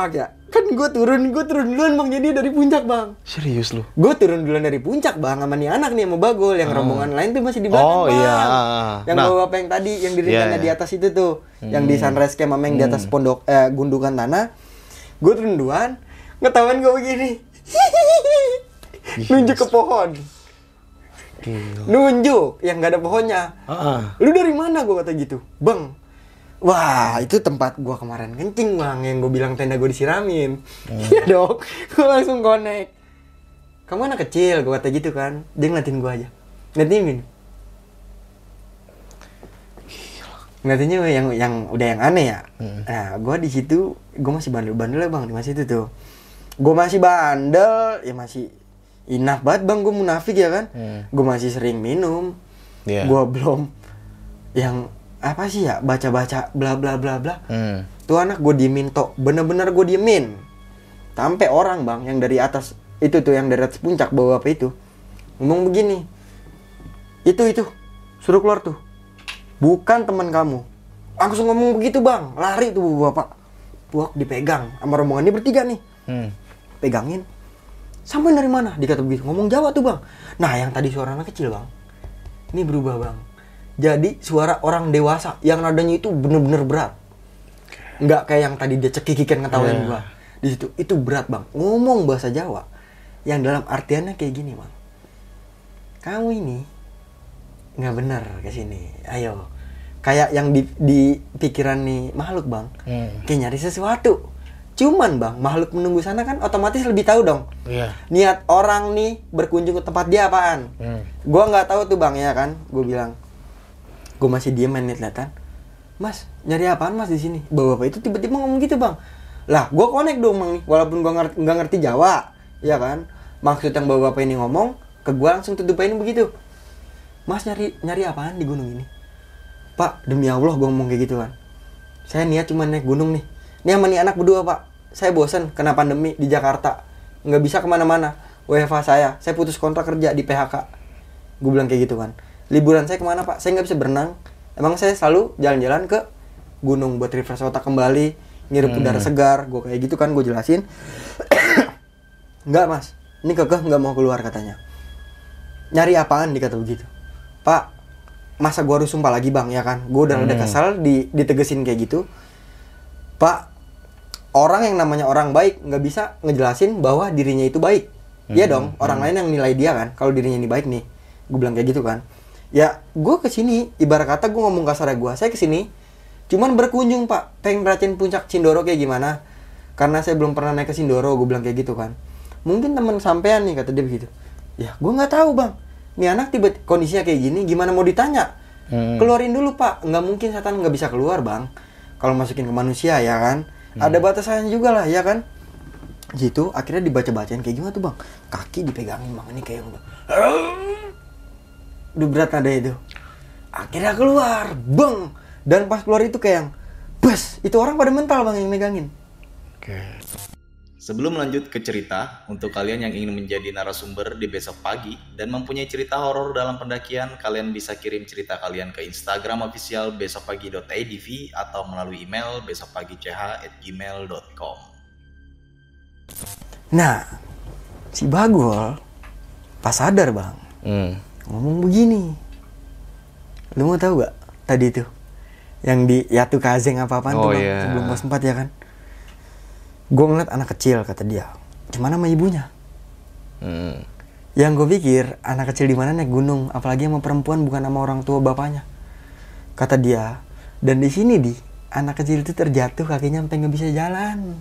Kan gue turun, gue turun duluan bang, jadi dari puncak bang. Serius lu? Gue turun duluan dari puncak bang, sama nih anak nih, sama Bagol. Yang Hmm. rombongan lain tuh masih di belakang Oh, bang. iya. Yang Nah. bawa apa yang tadi, yang di Iya, rencana iya. di atas itu tuh. Hmm. Yang di sunrise camp sama yang di atas pondok, eh, gundukan tanah. Gue turun duluan, ngetawain gue begini. Nunjuk ke pohon. Gila. Nunjuk, yang gak ada pohonnya. Heeh. Lu dari mana gue kata gitu, bang? Wah, itu tempat gua kemarin kencing bang, yang gue bilang tenda gue disiramin. Iya dong, gue langsung connect. Kamu anak kecil, gue kata gitu kan. Dia ngeliatin gue aja, ngeliatin gini. Ngeliatinnya yang yang udah yang aneh ya. Hmm. Nah, gue di situ, gue masih bandel-bandel ya bang di masa itu tuh. Gue masih bandel, ya masih inaf banget bang, gue munafik ya kan. Hmm. Gue masih sering minum. Iya. Gue belum yang apa sih ya, baca-baca bla bla bla bla. Hmm. Tuh anak gue diemin tok, bener-bener gue diemin. Sampai orang bang yang dari atas itu tuh, yang dari atas puncak bawa apa itu, ngomong begini, itu itu suruh keluar tuh, bukan teman kamu. Langsung ngomong begitu bang, lari tuh bapak. Buak dipegang sama rombongan ini bertiga nih, Hmm. pegangin. Sampai dari mana? Dikata begitu, ngomong Jawa tuh bang. Nah yang tadi suara anak kecil bang, ini berubah bang. Jadi suara orang dewasa yang nadanya itu bener-bener berat. Nggak kayak yang tadi dia cekikikan ngetawain Yeah. gua. Di situ itu berat bang. Ngomong bahasa Jawa yang dalam artiannya kayak gini bang. Kamu ini nggak bener kesini. Ayo. Kayak yang di, di pikiran nih makhluk bang. Hmm. Kayak nyari sesuatu. Cuman bang, makhluk menunggu sana kan otomatis lebih tahu dong. Iya. Niat orang nih berkunjung ke tempat dia apaan. Hmm. Gua nggak tahu tuh bang ya kan. Gue bilang, gue masih diem main liat-liatan. Mas, nyari apaan mas di sini? Bapak itu tiba-tiba ngomong gitu bang. Lah, gue connect dong bang nih, walaupun gue ngerti, nggak ngerti Jawa, ya kan? Maksud yang bapak ini ngomong, ke gue langsung tutupin begitu. Mas nyari nyari apaan di gunung ini? Pak, demi Allah gue ngomong kayak gitu kan. Saya niat cuma naik gunung nih. Ini sama nih anak berdua pak. Saya bosen kena pandemi di Jakarta, nggak bisa kemana-mana. W F H saya, saya putus kontrak kerja di P H K. Gue bilang kayak gitu kan. Liburan saya kemana pak? Saya nggak bisa berenang. Emang saya selalu jalan-jalan ke gunung buat refresh otak kembali, ngirup Hmm. udara segar. Gue kayak gitu kan, gue jelasin. Nggak mas, ini kekeh nggak mau keluar katanya. Nyari apaan? Dikata begitu. Pak, masa gue harus sumpah lagi bang ya kan? Gue udah Hmm. udah kesal di, ditegesin kayak gitu. Pak, orang yang namanya orang baik nggak bisa ngejelasin bahwa dirinya itu baik. Iya Hmm. dong, orang lain yang nilai dia kan kalau dirinya ini baik nih. Gue bilang kayak gitu kan. Ya, gue kesini, ibarat kata gue ngomong kasar gue, saya kesini cuman berkunjung pak, pengen perhatiin puncak Sindoro kayak gimana. Karena saya belum pernah naik ke Sindoro, gue bilang kayak gitu kan. Mungkin teman sampean nih, kata dia begitu. Ya, gue nggak tahu bang. Nih anak tiba kondisinya kayak gini, gimana mau ditanya? Hmm. Keluarin dulu pak, nggak mungkin setan nggak bisa keluar bang. Kalau masukin ke manusia ya kan, ada batasannya juga lah ya kan. Gitu, akhirnya dibaca-bacain kayak gimana tuh bang? Kaki dipegangin bang, ini kayak udah. Udah berat nada itu. Akhirnya keluar, bang. Dan pas keluar itu kayak yang, bus, itu orang pada mental bang yang megangin. Oke. Sebelum lanjut ke cerita, untuk kalian yang ingin menjadi narasumber di besok pagi dan mempunyai cerita horor dalam pendakian, kalian bisa kirim cerita kalian ke Instagram official besokpagi dot a d v atau melalui email besokpagi c h at gmail dot com. Nah, si Bagol pas sadar bang, Hmm. ngomong begini. Lu mau tahu gak tadi itu? Yang di Yatu Kazeng apa-apaan Oh, tuh bang, iya. sebelum pos empat ya kan? Gue ngeliat anak kecil, kata dia. Gimana sama ibunya? Hmm. Yang gue pikir, anak kecil di mana naik gunung, apalagi sama perempuan bukan sama orang tua bapaknya. Kata dia, dan di sini di anak kecil itu terjatuh kakinya sampai nggak bisa jalan.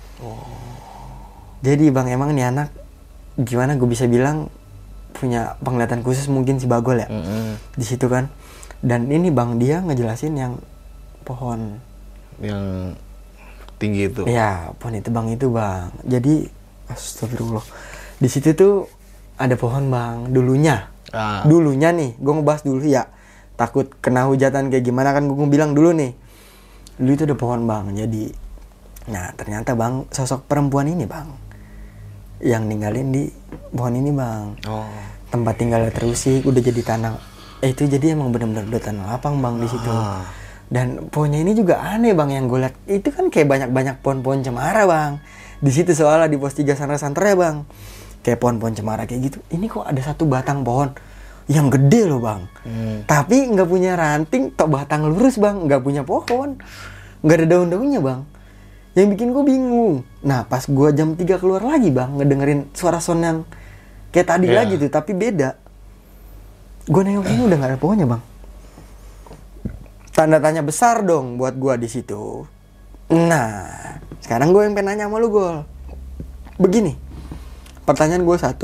Jadi bang, emang nih anak gimana gue bisa bilang punya penglihatan khusus mungkin si Bagol ya. Hmm. Di situ kan. Dan ini bang, dia ngejelasin yang pohon. Yang tinggi itu. Iya, pohon itu bang, itu bang. Jadi, astagfirullah. Di situ tuh ada pohon bang, dulunya. Ah. Dulunya nih, gue ngebahas dulu ya. Takut kena hujatan kayak gimana kan gue bilang dulu nih. Dulu itu ada pohon bang, jadi. Nah ternyata bang, sosok perempuan ini bang, yang ninggalin di pohon ini bang. Oh. Tempat tinggalnya terusik, udah jadi tanah. Eh itu jadi emang bener-bener udah tanah lapang bang di situ. Ah. Dan pohonnya ini juga aneh bang, yang gue liat itu kan kayak banyak-banyak pohon-pohon cemara bang. Di situ soalnya di pos tiga santer-santer ya bang, kayak pohon-pohon cemara kayak gitu. Ini kok ada satu batang pohon yang gede loh bang, hmm. tapi nggak punya ranting, tok batang lurus bang, nggak punya pohon, nggak ada daun-daunnya bang. Yang bikin gue bingung. Nah pas gue jam tiga keluar lagi bang, ngedengerin suara sound yang kayak tadi yeah. lagi tuh, tapi beda. Gue nengok ini udah nggak ada pohonnya bang. Tanda tanya besar dong buat gue di situ. Nah, sekarang gue yang pengen nanya sama lu Gol. Begini, pertanyaan gue satu.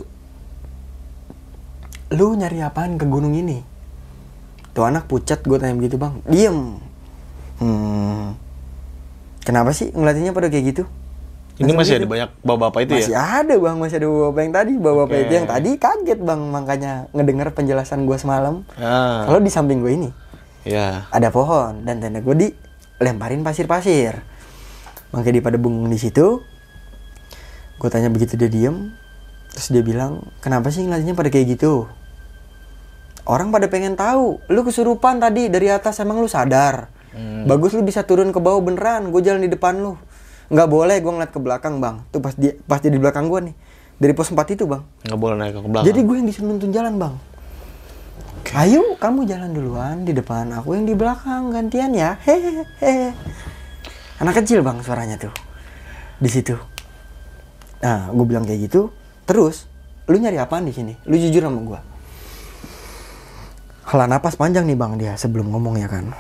Lu nyari apaan ke gunung ini? Tuh anak pucat, gue tanya begitu bang. Diem. Hmm. Kenapa sih ngeliatinnya pada kayak gitu? Ini Langsung masih gitu. ada banyak bapak-bapak itu masih ya? Masih ada bang, masih ada bapak yang tadi. Bapak-bapak okay. itu yang tadi kaget bang, makanya ngedenger penjelasan gue semalam. Ah. Kalau di samping gue ini yeah. ada pohon dan tenda gue dilemparin pasir-pasir. Makanya dia pada bengong di situ. Gue tanya begitu dia diem. Terus dia bilang, kenapa sih ngeliatnya pada kayak gitu? Orang pada pengen tahu. Lu kesurupan tadi dari atas, emang lu sadar? Hmm. Bagus lu bisa turun ke bawah beneran. Gue jalan di depan lu. Nggak boleh gue ngeliat ke belakang bang. Tuh pas dia pas dia di belakang gue nih. Dari pos empat itu bang. Nggak boleh naik ke belakang. Jadi gue yang disuruh nuntun jalan bang. Okay. Ayo kamu jalan duluan di depan, aku yang di belakang, gantian ya. Hehehe. Anak kecil bang suaranya tuh di situ. Nah gue bilang kayak gitu. Terus lu nyari apaan di sini? Lu jujur sama gue. Hela napas panjang nih bang dia sebelum ngomong ya kan.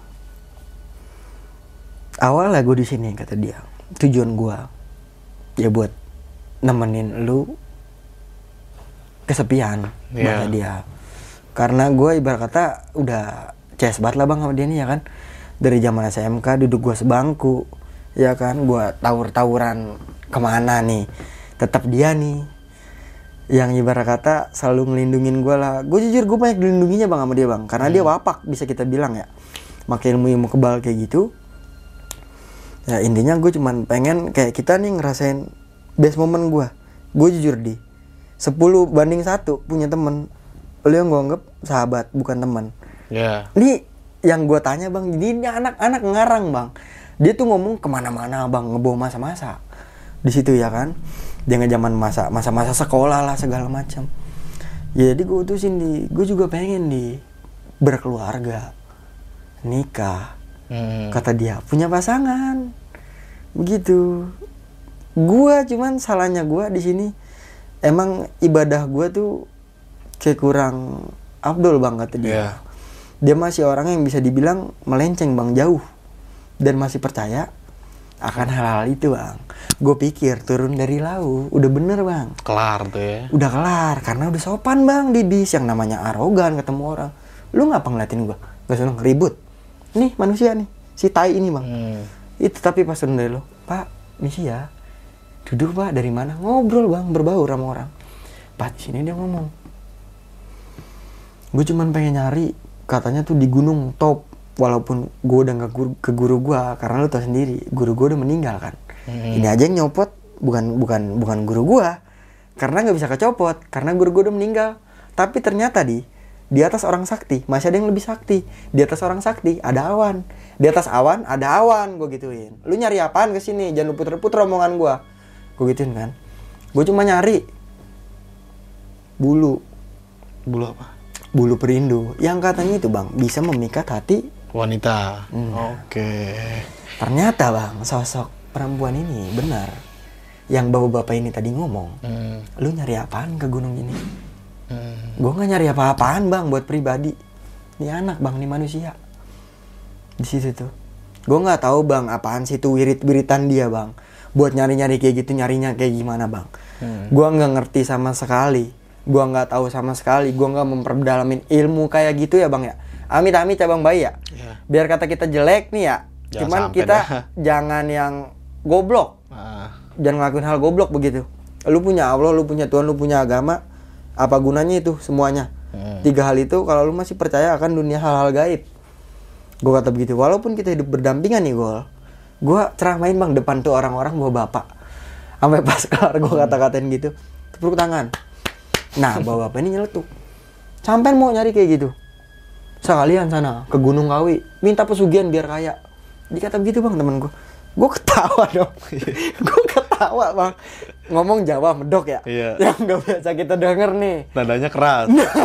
Awalnya gue di sini kata dia. Tujuan gue ya buat nemenin lu kesepian yeah. kata dia. Karena gue ibarat kata udah ces banget lah bang sama dia nih ya kan. Dari zaman S M K duduk gue sebangku ya kan, gue tawur-tawuran kemana nih, tetap dia nih yang ibarat kata selalu ngelindungin gue lah. Gue jujur gue banyak dilindunginya bang sama dia bang, karena hmm. dia wapak bisa kita bilang ya, makin ilmu-ilmu kebal kayak gitu. Ya intinya gue cuman pengen kayak kita nih ngerasain best moment gue. Gue jujur di sepuluh banding satu punya temen, lu yang gue anggap sahabat bukan teman. Yeah. Ini yang gue tanya bang, ini anak-anak ngarang bang. Dia tuh ngomong kemana-mana bang, ngebawa masa-masa di situ ya kan. Dia ngejaman masa masa-masa sekolah lah segala macam. Ya, jadi gue utusin di, gue juga pengen di berkeluarga, nikah. Hmm. Kata dia punya pasangan, begitu. Gue cuman salahnya gue di sini, emang ibadah gue tuh kayak kurang afdol bang kata dia. Yeah. Dia masih orang yang bisa dibilang melenceng bang, jauh, dan masih percaya akan hal-hal itu bang. Gue pikir turun dari laut udah bener bang, kelar tuh ya, udah kelar karena udah sopan bang di bis. Yang namanya arogan ketemu orang, lu ngapa ngeliatin gue, gak seneng ribut nih manusia nih si tai ini bang. hmm. Itu tapi pas turun dari lo, pak misi ya, duduk pak, dari mana, ngobrol bang, berbaur sama orang. Pas di sini dia ngomong, gue cuman pengen nyari katanya tuh di gunung top, walaupun gue udah gak guru, ke guru gue, karena lu tau sendiri guru gue udah meninggal kan. hmm. Ini aja yang nyopot bukan bukan bukan guru gue, karena nggak bisa kecopot karena guru gue udah meninggal. Tapi ternyata di di atas orang sakti masih ada yang lebih sakti. Di atas orang sakti ada awan, di atas awan ada awan. Gue gituin, lu nyari apaan kesini, jangan lu puter-puter omongan gue. Gue gituin kan, gue cuma nyari bulu bulu apa bulu perindu yang katanya itu bang bisa memikat hati wanita. hmm. Oke. Okay. Ternyata bang sosok perempuan ini benar yang bapak-bapak ini tadi ngomong. hmm. Lu nyari apaan ke gunung ini? hmm. Gue nggak nyari apa-apaan bang buat pribadi. Ini anak bang, ini manusia di situ tuh. Gue nggak tahu bang apaan sih itu wirid-wiritan dia bang buat nyari-nyari kayak gitu, nyarinya kayak gimana bang. hmm. Gue nggak ngerti sama sekali. Gue nggak tahu sama sekali, gue nggak memperdalamin ilmu kayak gitu ya bang ya. Amit-amit ya bang bayi ya. Yeah. Biar kata kita jelek nih ya, jangan cuman kita dah. Jangan yang goblok, uh. jangan ngelakuin hal goblok begitu. Lu punya Allah, lu punya Tuhan, lu punya agama, apa gunanya itu semuanya? hmm. Tiga hal itu kalau lu masih percaya akan dunia hal-hal gaib, gue kata begitu. Walaupun kita hidup berdampingan nih gue, gue ceramain bang depan tuh orang-orang bawa bapak, sampai pas kelar gue hmm. kata-katain gitu, tepuk tangan. Nah bapak-bapak ini nyeletuk, sampean mau nyari kayak gitu, sekalian sana ke Gunung Kawi minta pesugihan biar kaya. Dikata begitu bang temen gue. Gue ketawa dong. Gue ketawa. ketawa bang. Ngomong Jawa medok ya. Iya. Yang nggak biasa kita denger nih. Nadanya keras.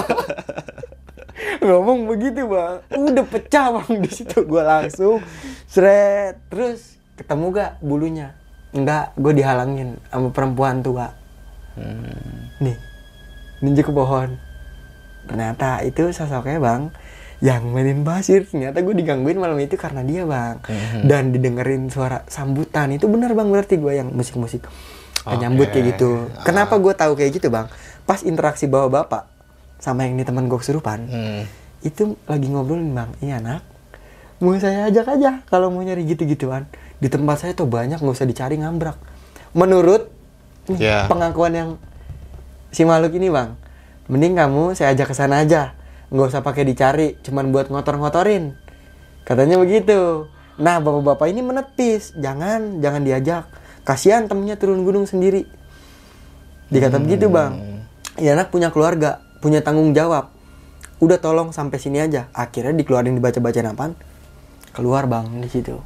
Ngomong begitu bang, udah pecah bang di situ. Gue langsung seret, terus ketemu gak bulunya? Enggak, gue dihalangin sama perempuan tua. Hmm. Nih, ninjek ke pohon. Ternyata itu sosoknya bang, yang mainin basir. Ternyata gue digangguin malam itu karena dia bang. Hmm. Dan didengerin suara sambutan. Itu benar bang, berarti gue yang musik-musik okay. nyambut kayak gitu. Ah. Kenapa gue tahu kayak gitu bang? Pas interaksi bawa bapak sama yang ini teman gue kesurupan, hmm. itu lagi ngobrolin bang, iya anak, mau saya ajak aja kalau mau nyari gitu-gituan. Di tempat saya tuh banyak, nggak usah dicari ngambrak. Menurut yeah. pengakuan yang si makhluk ini bang, mending kamu saya ajak ke sana aja, nggak usah pakai dicari, cuman buat ngotor-ngotorin. Katanya begitu. Nah bapak-bapak ini menepis, jangan, jangan diajak, kasihan temennya turun gunung sendiri. Dikata hmm. begitu bang. Ya anak punya keluarga, punya tanggung jawab. Udah tolong sampai sini aja. Akhirnya dikeluarin dibaca-bacain apaan? Keluar bang di situ.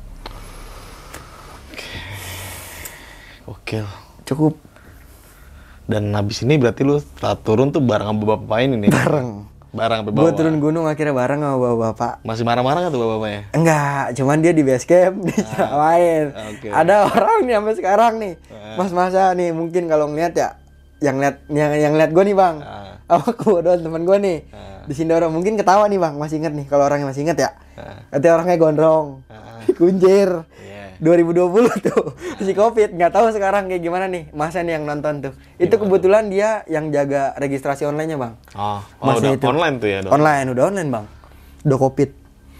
Oke. Cukup. Dan habis ini berarti lu setelah turun tuh bareng sama bapak ini nih? Bareng. Bareng sampai bawah. Gue turun gunung akhirnya bareng sama bapak-bapak. Masih marah-marah gak tuh bapak-bapaknya? Enggak, cuman dia di base camp, diceramain. Ah, okay. Ada orang nih sampai sekarang nih. Ah. Mas-masa nih mungkin kalau ngeliat ya, yang lihat yang yang lihat gue nih bang, ah. sama kebodohan teman gue nih ah. di Sindoro mungkin ketawa nih bang, masih inget nih kalau orangnya masih inget ya, ah. katanya orangnya gondrong, ah. kunjir, yeah. dua ribu dua puluh tuh, si covid, nggak tahu sekarang kayak gimana nih, masa nih yang nonton tuh, itu gimana? Kebetulan dia yang jaga registrasi online-nya bang, oh, oh udah itu. Online tuh ya, dong. Online, udah online bang, udah covid.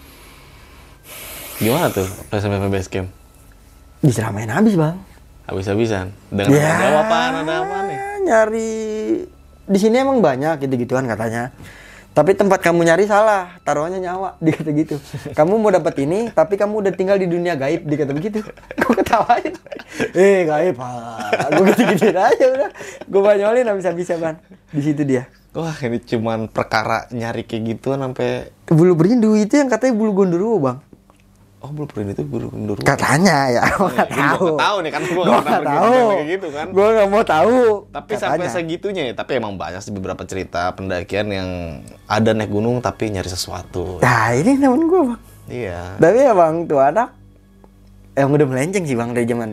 Gimana tuh pas sampai base camp? Diseramain habis bang. Habis-habisan. Dengan ya, ada apaan, ada apa nih? Nyari di sini emang banyak gitu-gituan katanya. Tapi tempat kamu nyari salah, taruhannya nyawa, dikata gitu. Kamu mau dapat ini, tapi kamu udah tinggal di dunia gaib, dikata begitu. Gue ketawain. Eh, gaib, ah. Gue gitu-gituin aja udah. Gue banyolin habis-habisan ban. Di situ dia. Wah, ini cuman perkara nyari kayak gituan sampai bulu berindu itu yang katanya bulu gondoruo, bang. Oh, bulu perindu itu bulu gondoruo. Katanya ya, gue nggak tahu. Gue tahu nih kan, gue nggak pernah tahu kayak gitu kan. Gue nggak mau tahu. Tapi katanya. Sampai segitunya ya. Tapi emang banyak sih beberapa cerita pendakian yang ada naik gunung tapi nyari sesuatu. Nah ini temen gue bang. Iya. Tapi ya bang, tuh anak yang udah melenceng sih bang dari zaman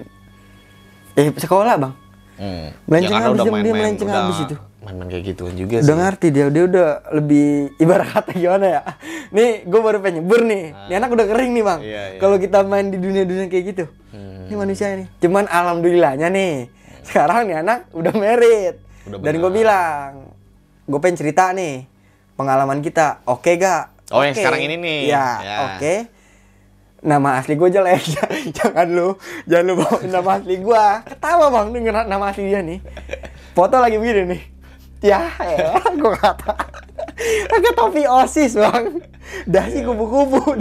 eh sekolah bang. Hmm. Melenceng ya, habis dia, dia melenceng habis itu. Main-main kayak gituan juga udah sih. Udah ngerti dia, dia udah lebih ibarat kata gimana ya. Nih, gue baru pengen nyebur nih. Ah. Ini anak udah kering nih bang. Iya, iya. Kalau kita main di dunia-dunia kayak gitu. Hmm. Ini manusia nih. Cuman alhamdulillahnya nih. Sekarang nih anak udah merit. Udah dan gue bilang, gue pengen cerita nih. Pengalaman kita, oke okay gak? Oh okay. Yang sekarang ini nih. Ya, ya. oke. Okay. Nama asli gue jelek. Jangan lu, jangan lu bawain nama asli gue. Ketawa bang denger nama asli dia nih. Foto lagi begini nih. Ya, ya, gue kata pakai topi OSIS bang, dasi kupu-kupu.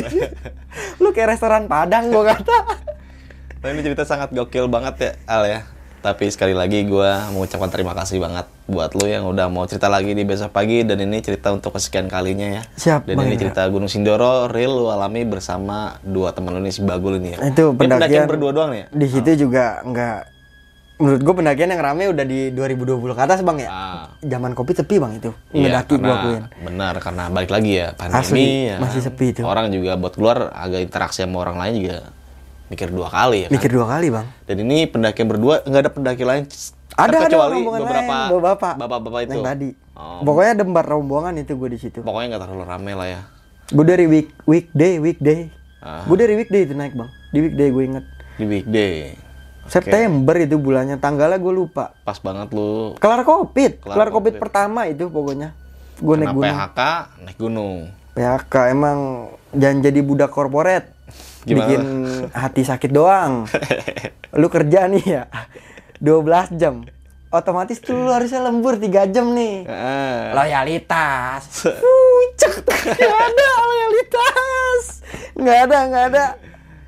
Lu kayak restoran Padang gue kata. Nah, ini cerita sangat gokil banget ya Al ya. Tapi sekali lagi gue mengucapkan terima kasih banget buat lu yang udah mau cerita lagi di Besok Pagi. Dan ini cerita untuk kesekian kalinya ya. Siap. Dan ini cerita Gunung Sindoro real lu alami bersama dua teman lu nih, si Bagul ini ya. Itu pendakian, pendakian berdua doang nih ya? Di situ oh. juga enggak. Menurut gue pendakian yang rame udah di dua ribu dua puluh ke atas bang ya. Ah. Zaman Covid sepi bang itu. Iya, ngedaki gue akuin. Benar, karena balik lagi ya pandemi. Asli, ya. Masih sepi itu. Orang juga buat keluar agak interaksi sama orang lain juga mikir dua kali ya kan. Mikir dua kali bang. Dan ini pendakian berdua, nggak ada pendaki lain. Ada kecuali ada beberapa lain, bapak. Bapak-bapak itu. Yang tadi. Oh. Pokoknya ada empat rombongan itu gue di situ. Pokoknya nggak terlalu rame lah ya. Gue dari week weekday weekday. Ah. Gue dari weekday itu naik bang. Di weekday gue inget. Di weekday. September okay. Itu bulannya, tanggalnya gue lupa. Pas banget lu. Kelar Covid, kelar, kelar COVID. COVID pertama itu pokoknya. Gue naik gunung. P H K naik gunung. P H K emang jangan jadi budak korporat. Gimana? Bikin hati sakit doang. Lu kerja nih ya dua belas jam. Otomatis tuh lu harusnya lembur tiga jam nih. Uh. Loyalitas. Pucuk. Gak ada loyalitas. Gak ada, gak ada.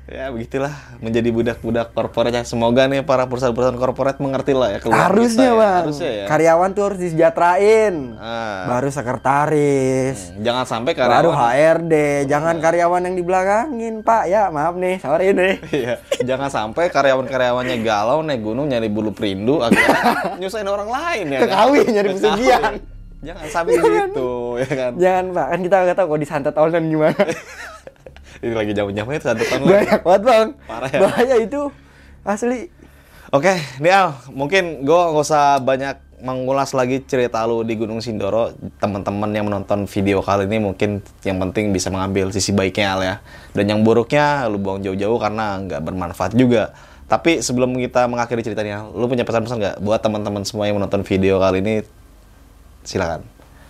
Ya begitulah menjadi budak-budak korporat ya. Semoga nih para perusahaan-perusahaan korporat mengerti lah ya keluarga Harusnya kita, ya. bang. Harusnya ya. Karyawan tuh harus disejahterain. Ah. Baru sekretaris. Hmm, Jangan sampai Baru karyawan. H R D. Jangan karyawan yang dibelakangin pak. Ya maaf nih, sorry nih. Iya. Jangan sampai karyawan-karyawannya galau naik gunung nyari bulu perindu akhirnya nyusahin orang lain ya. Kekawin, kan? nyari pesugihan. Jangan sampai gitu ya kan. Jangan pak, kan kita nggak tahu kalau disantet online gimana. Ini lagi jam-jamnya itu satu tahun lagi. Banyak banget bang. Parah ya? Bahaya itu asli. Oke, nih Al, mungkin gue nggak usah banyak mengulas lagi cerita lu di Gunung Sindoro. Teman-teman yang menonton video kali ini mungkin yang penting bisa mengambil sisi baiknya Al ya. Dan yang buruknya lu buang jauh-jauh karena nggak bermanfaat juga. Tapi sebelum kita mengakhiri ceritanya, lu punya pesan-pesan nggak buat teman-teman semua yang menonton video kali ini? Silakan.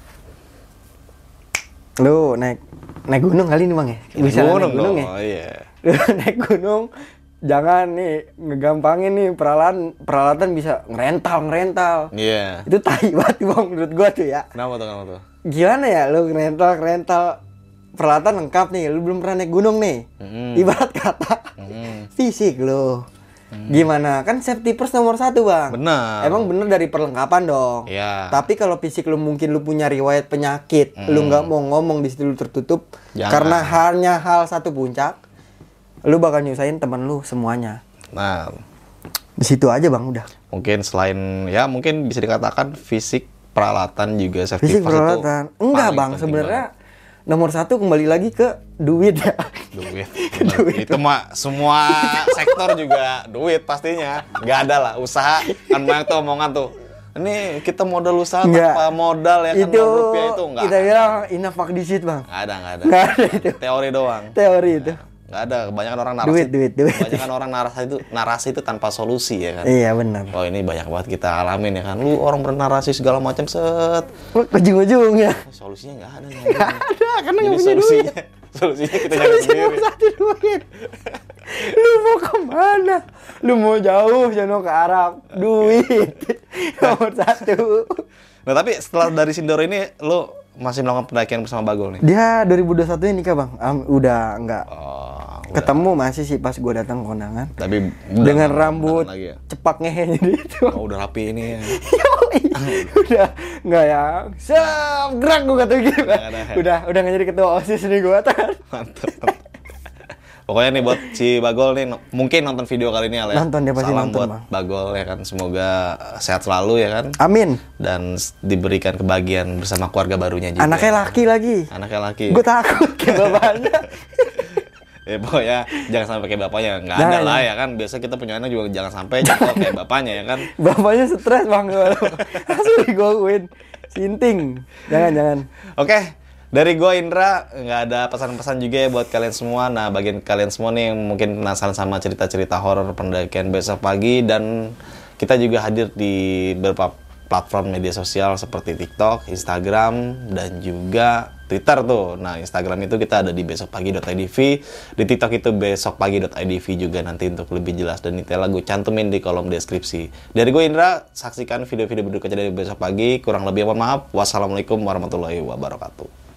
Lu naik naik gunung kali ini bang ya? Bisa gunung, naik gunung dong. ya? Oh iya. Lu naik gunung, jangan nih ngegampangin nih peralatan peralatan bisa ngerental ngerental. Iya. Itu tai banget bang menurut gua tuh ya. Kenapa tuh, kenapa tuh? Gimana ya lu ngerental ngerental peralatan lengkap nih, lu belum pernah naik gunung nih. Mm. Ibarat kata Mm. fisik lu. Gimana? Kan safety first nomor satu bang. Benar. Emang bener dari perlengkapan dong. Iya. Tapi kalau fisik lu mungkin lu punya riwayat penyakit, Mm. lu nggak mau ngomong di situ lu tertutup, Jangan. karena hanya hal satu puncak, lu bakal nyusahin temen lu semuanya. Nah, Di situ aja bang udah. mungkin selain ya mungkin bisa dikatakan fisik, peralatan juga safety Fisik first itu peralatan. Enggak paling bang, penting sebenarnya nomor satu kembali lagi ke duit ya. duit. Itu mah semua sektor juga duit pastinya. Nggak ada lah usaha kan banyak tuh omongan tuh. Ini kita modal usaha Nggak. tanpa modal ya kan Itu nol rupiah itu enggak. kita bilang enough fuck this shit bang. Nggak ada, nggak ada. Nggak ada itu. Teori doang. Teori itu. Nggak ada. Kebanyakan orang narasi. Duit, duit, duit. Kebanyakan orang narasi itu narasi itu tanpa solusi ya kan. Iya benar. Oh ini banyak banget kita alamin ya kan. Lu orang bernarasi segala macam set. Ujung-ujungnya. Solusinya nggak ada nih. Nggak ada karena nggak Jadi punya duit. solusinya, solusinya kita nyari Solusi sendiri. nomor satu duit. Lu mau kemana? Lu mau jauh, sono ke Arab. Duit. Nomor satu. Nah tapi setelah dari Sindoro ini, lu masih melakukan pendakian bersama Bagol nih? Dia dua ribu dua puluh satu ini nikah bang. Am, udah enggak. Oh, udah. Ketemu masih sih pas gua datang ke kondangan. Tapi udah Dengan nggak rambut kondangan lagi ya? cepak ngehenya gitu. Oh, udah rapi ini ya. Yoi. Udah enggak ya. Sep, gerak gua kata gitu. Nggak ada. Udah udah enggak jadi ketua OSIS nih gua kan. Mantap. Pokoknya nih buat si Bagol nih, no- mungkin nonton video kali ini Al ya. Nonton, dia pasti Salam nonton, buat Bang. Bagol ya kan, semoga sehat selalu ya kan. Amin. Dan s- diberikan kebahagiaan bersama keluarga barunya juga. Anaknya laki lagi. Anaknya laki. Gue takut kayak bapaknya. Ya pokoknya jangan sampai kayak bapaknya. Nggak ada Jangan, lah ya. ya kan. Biasa kita punya anak juga jangan sampai jatuh kayak bapaknya ya kan. Bapaknya stres bang. Langsung digowin. Sinting. Jangan jangan. Oke, dari gua Indra nggak ada pesan-pesan juga ya buat kalian semua. Nah, bagian kalian semua nih yang mungkin penasaran sama cerita-cerita horor pendakian besok pagi, dan kita juga hadir di beberapa platform media sosial seperti TikTok, Instagram, dan juga Twitter tuh. Nah, Instagram itu kita ada di besok pagi dot i d v, di TikTok itu besok pagi dot i d v juga nanti untuk lebih jelas dan detail gue cantumin di kolom deskripsi. Dari gue Indra, saksikan video-video berikutnya dari besok pagi. Kurang lebih mohon maaf. Wassalamualaikum warahmatullahi wabarakatuh.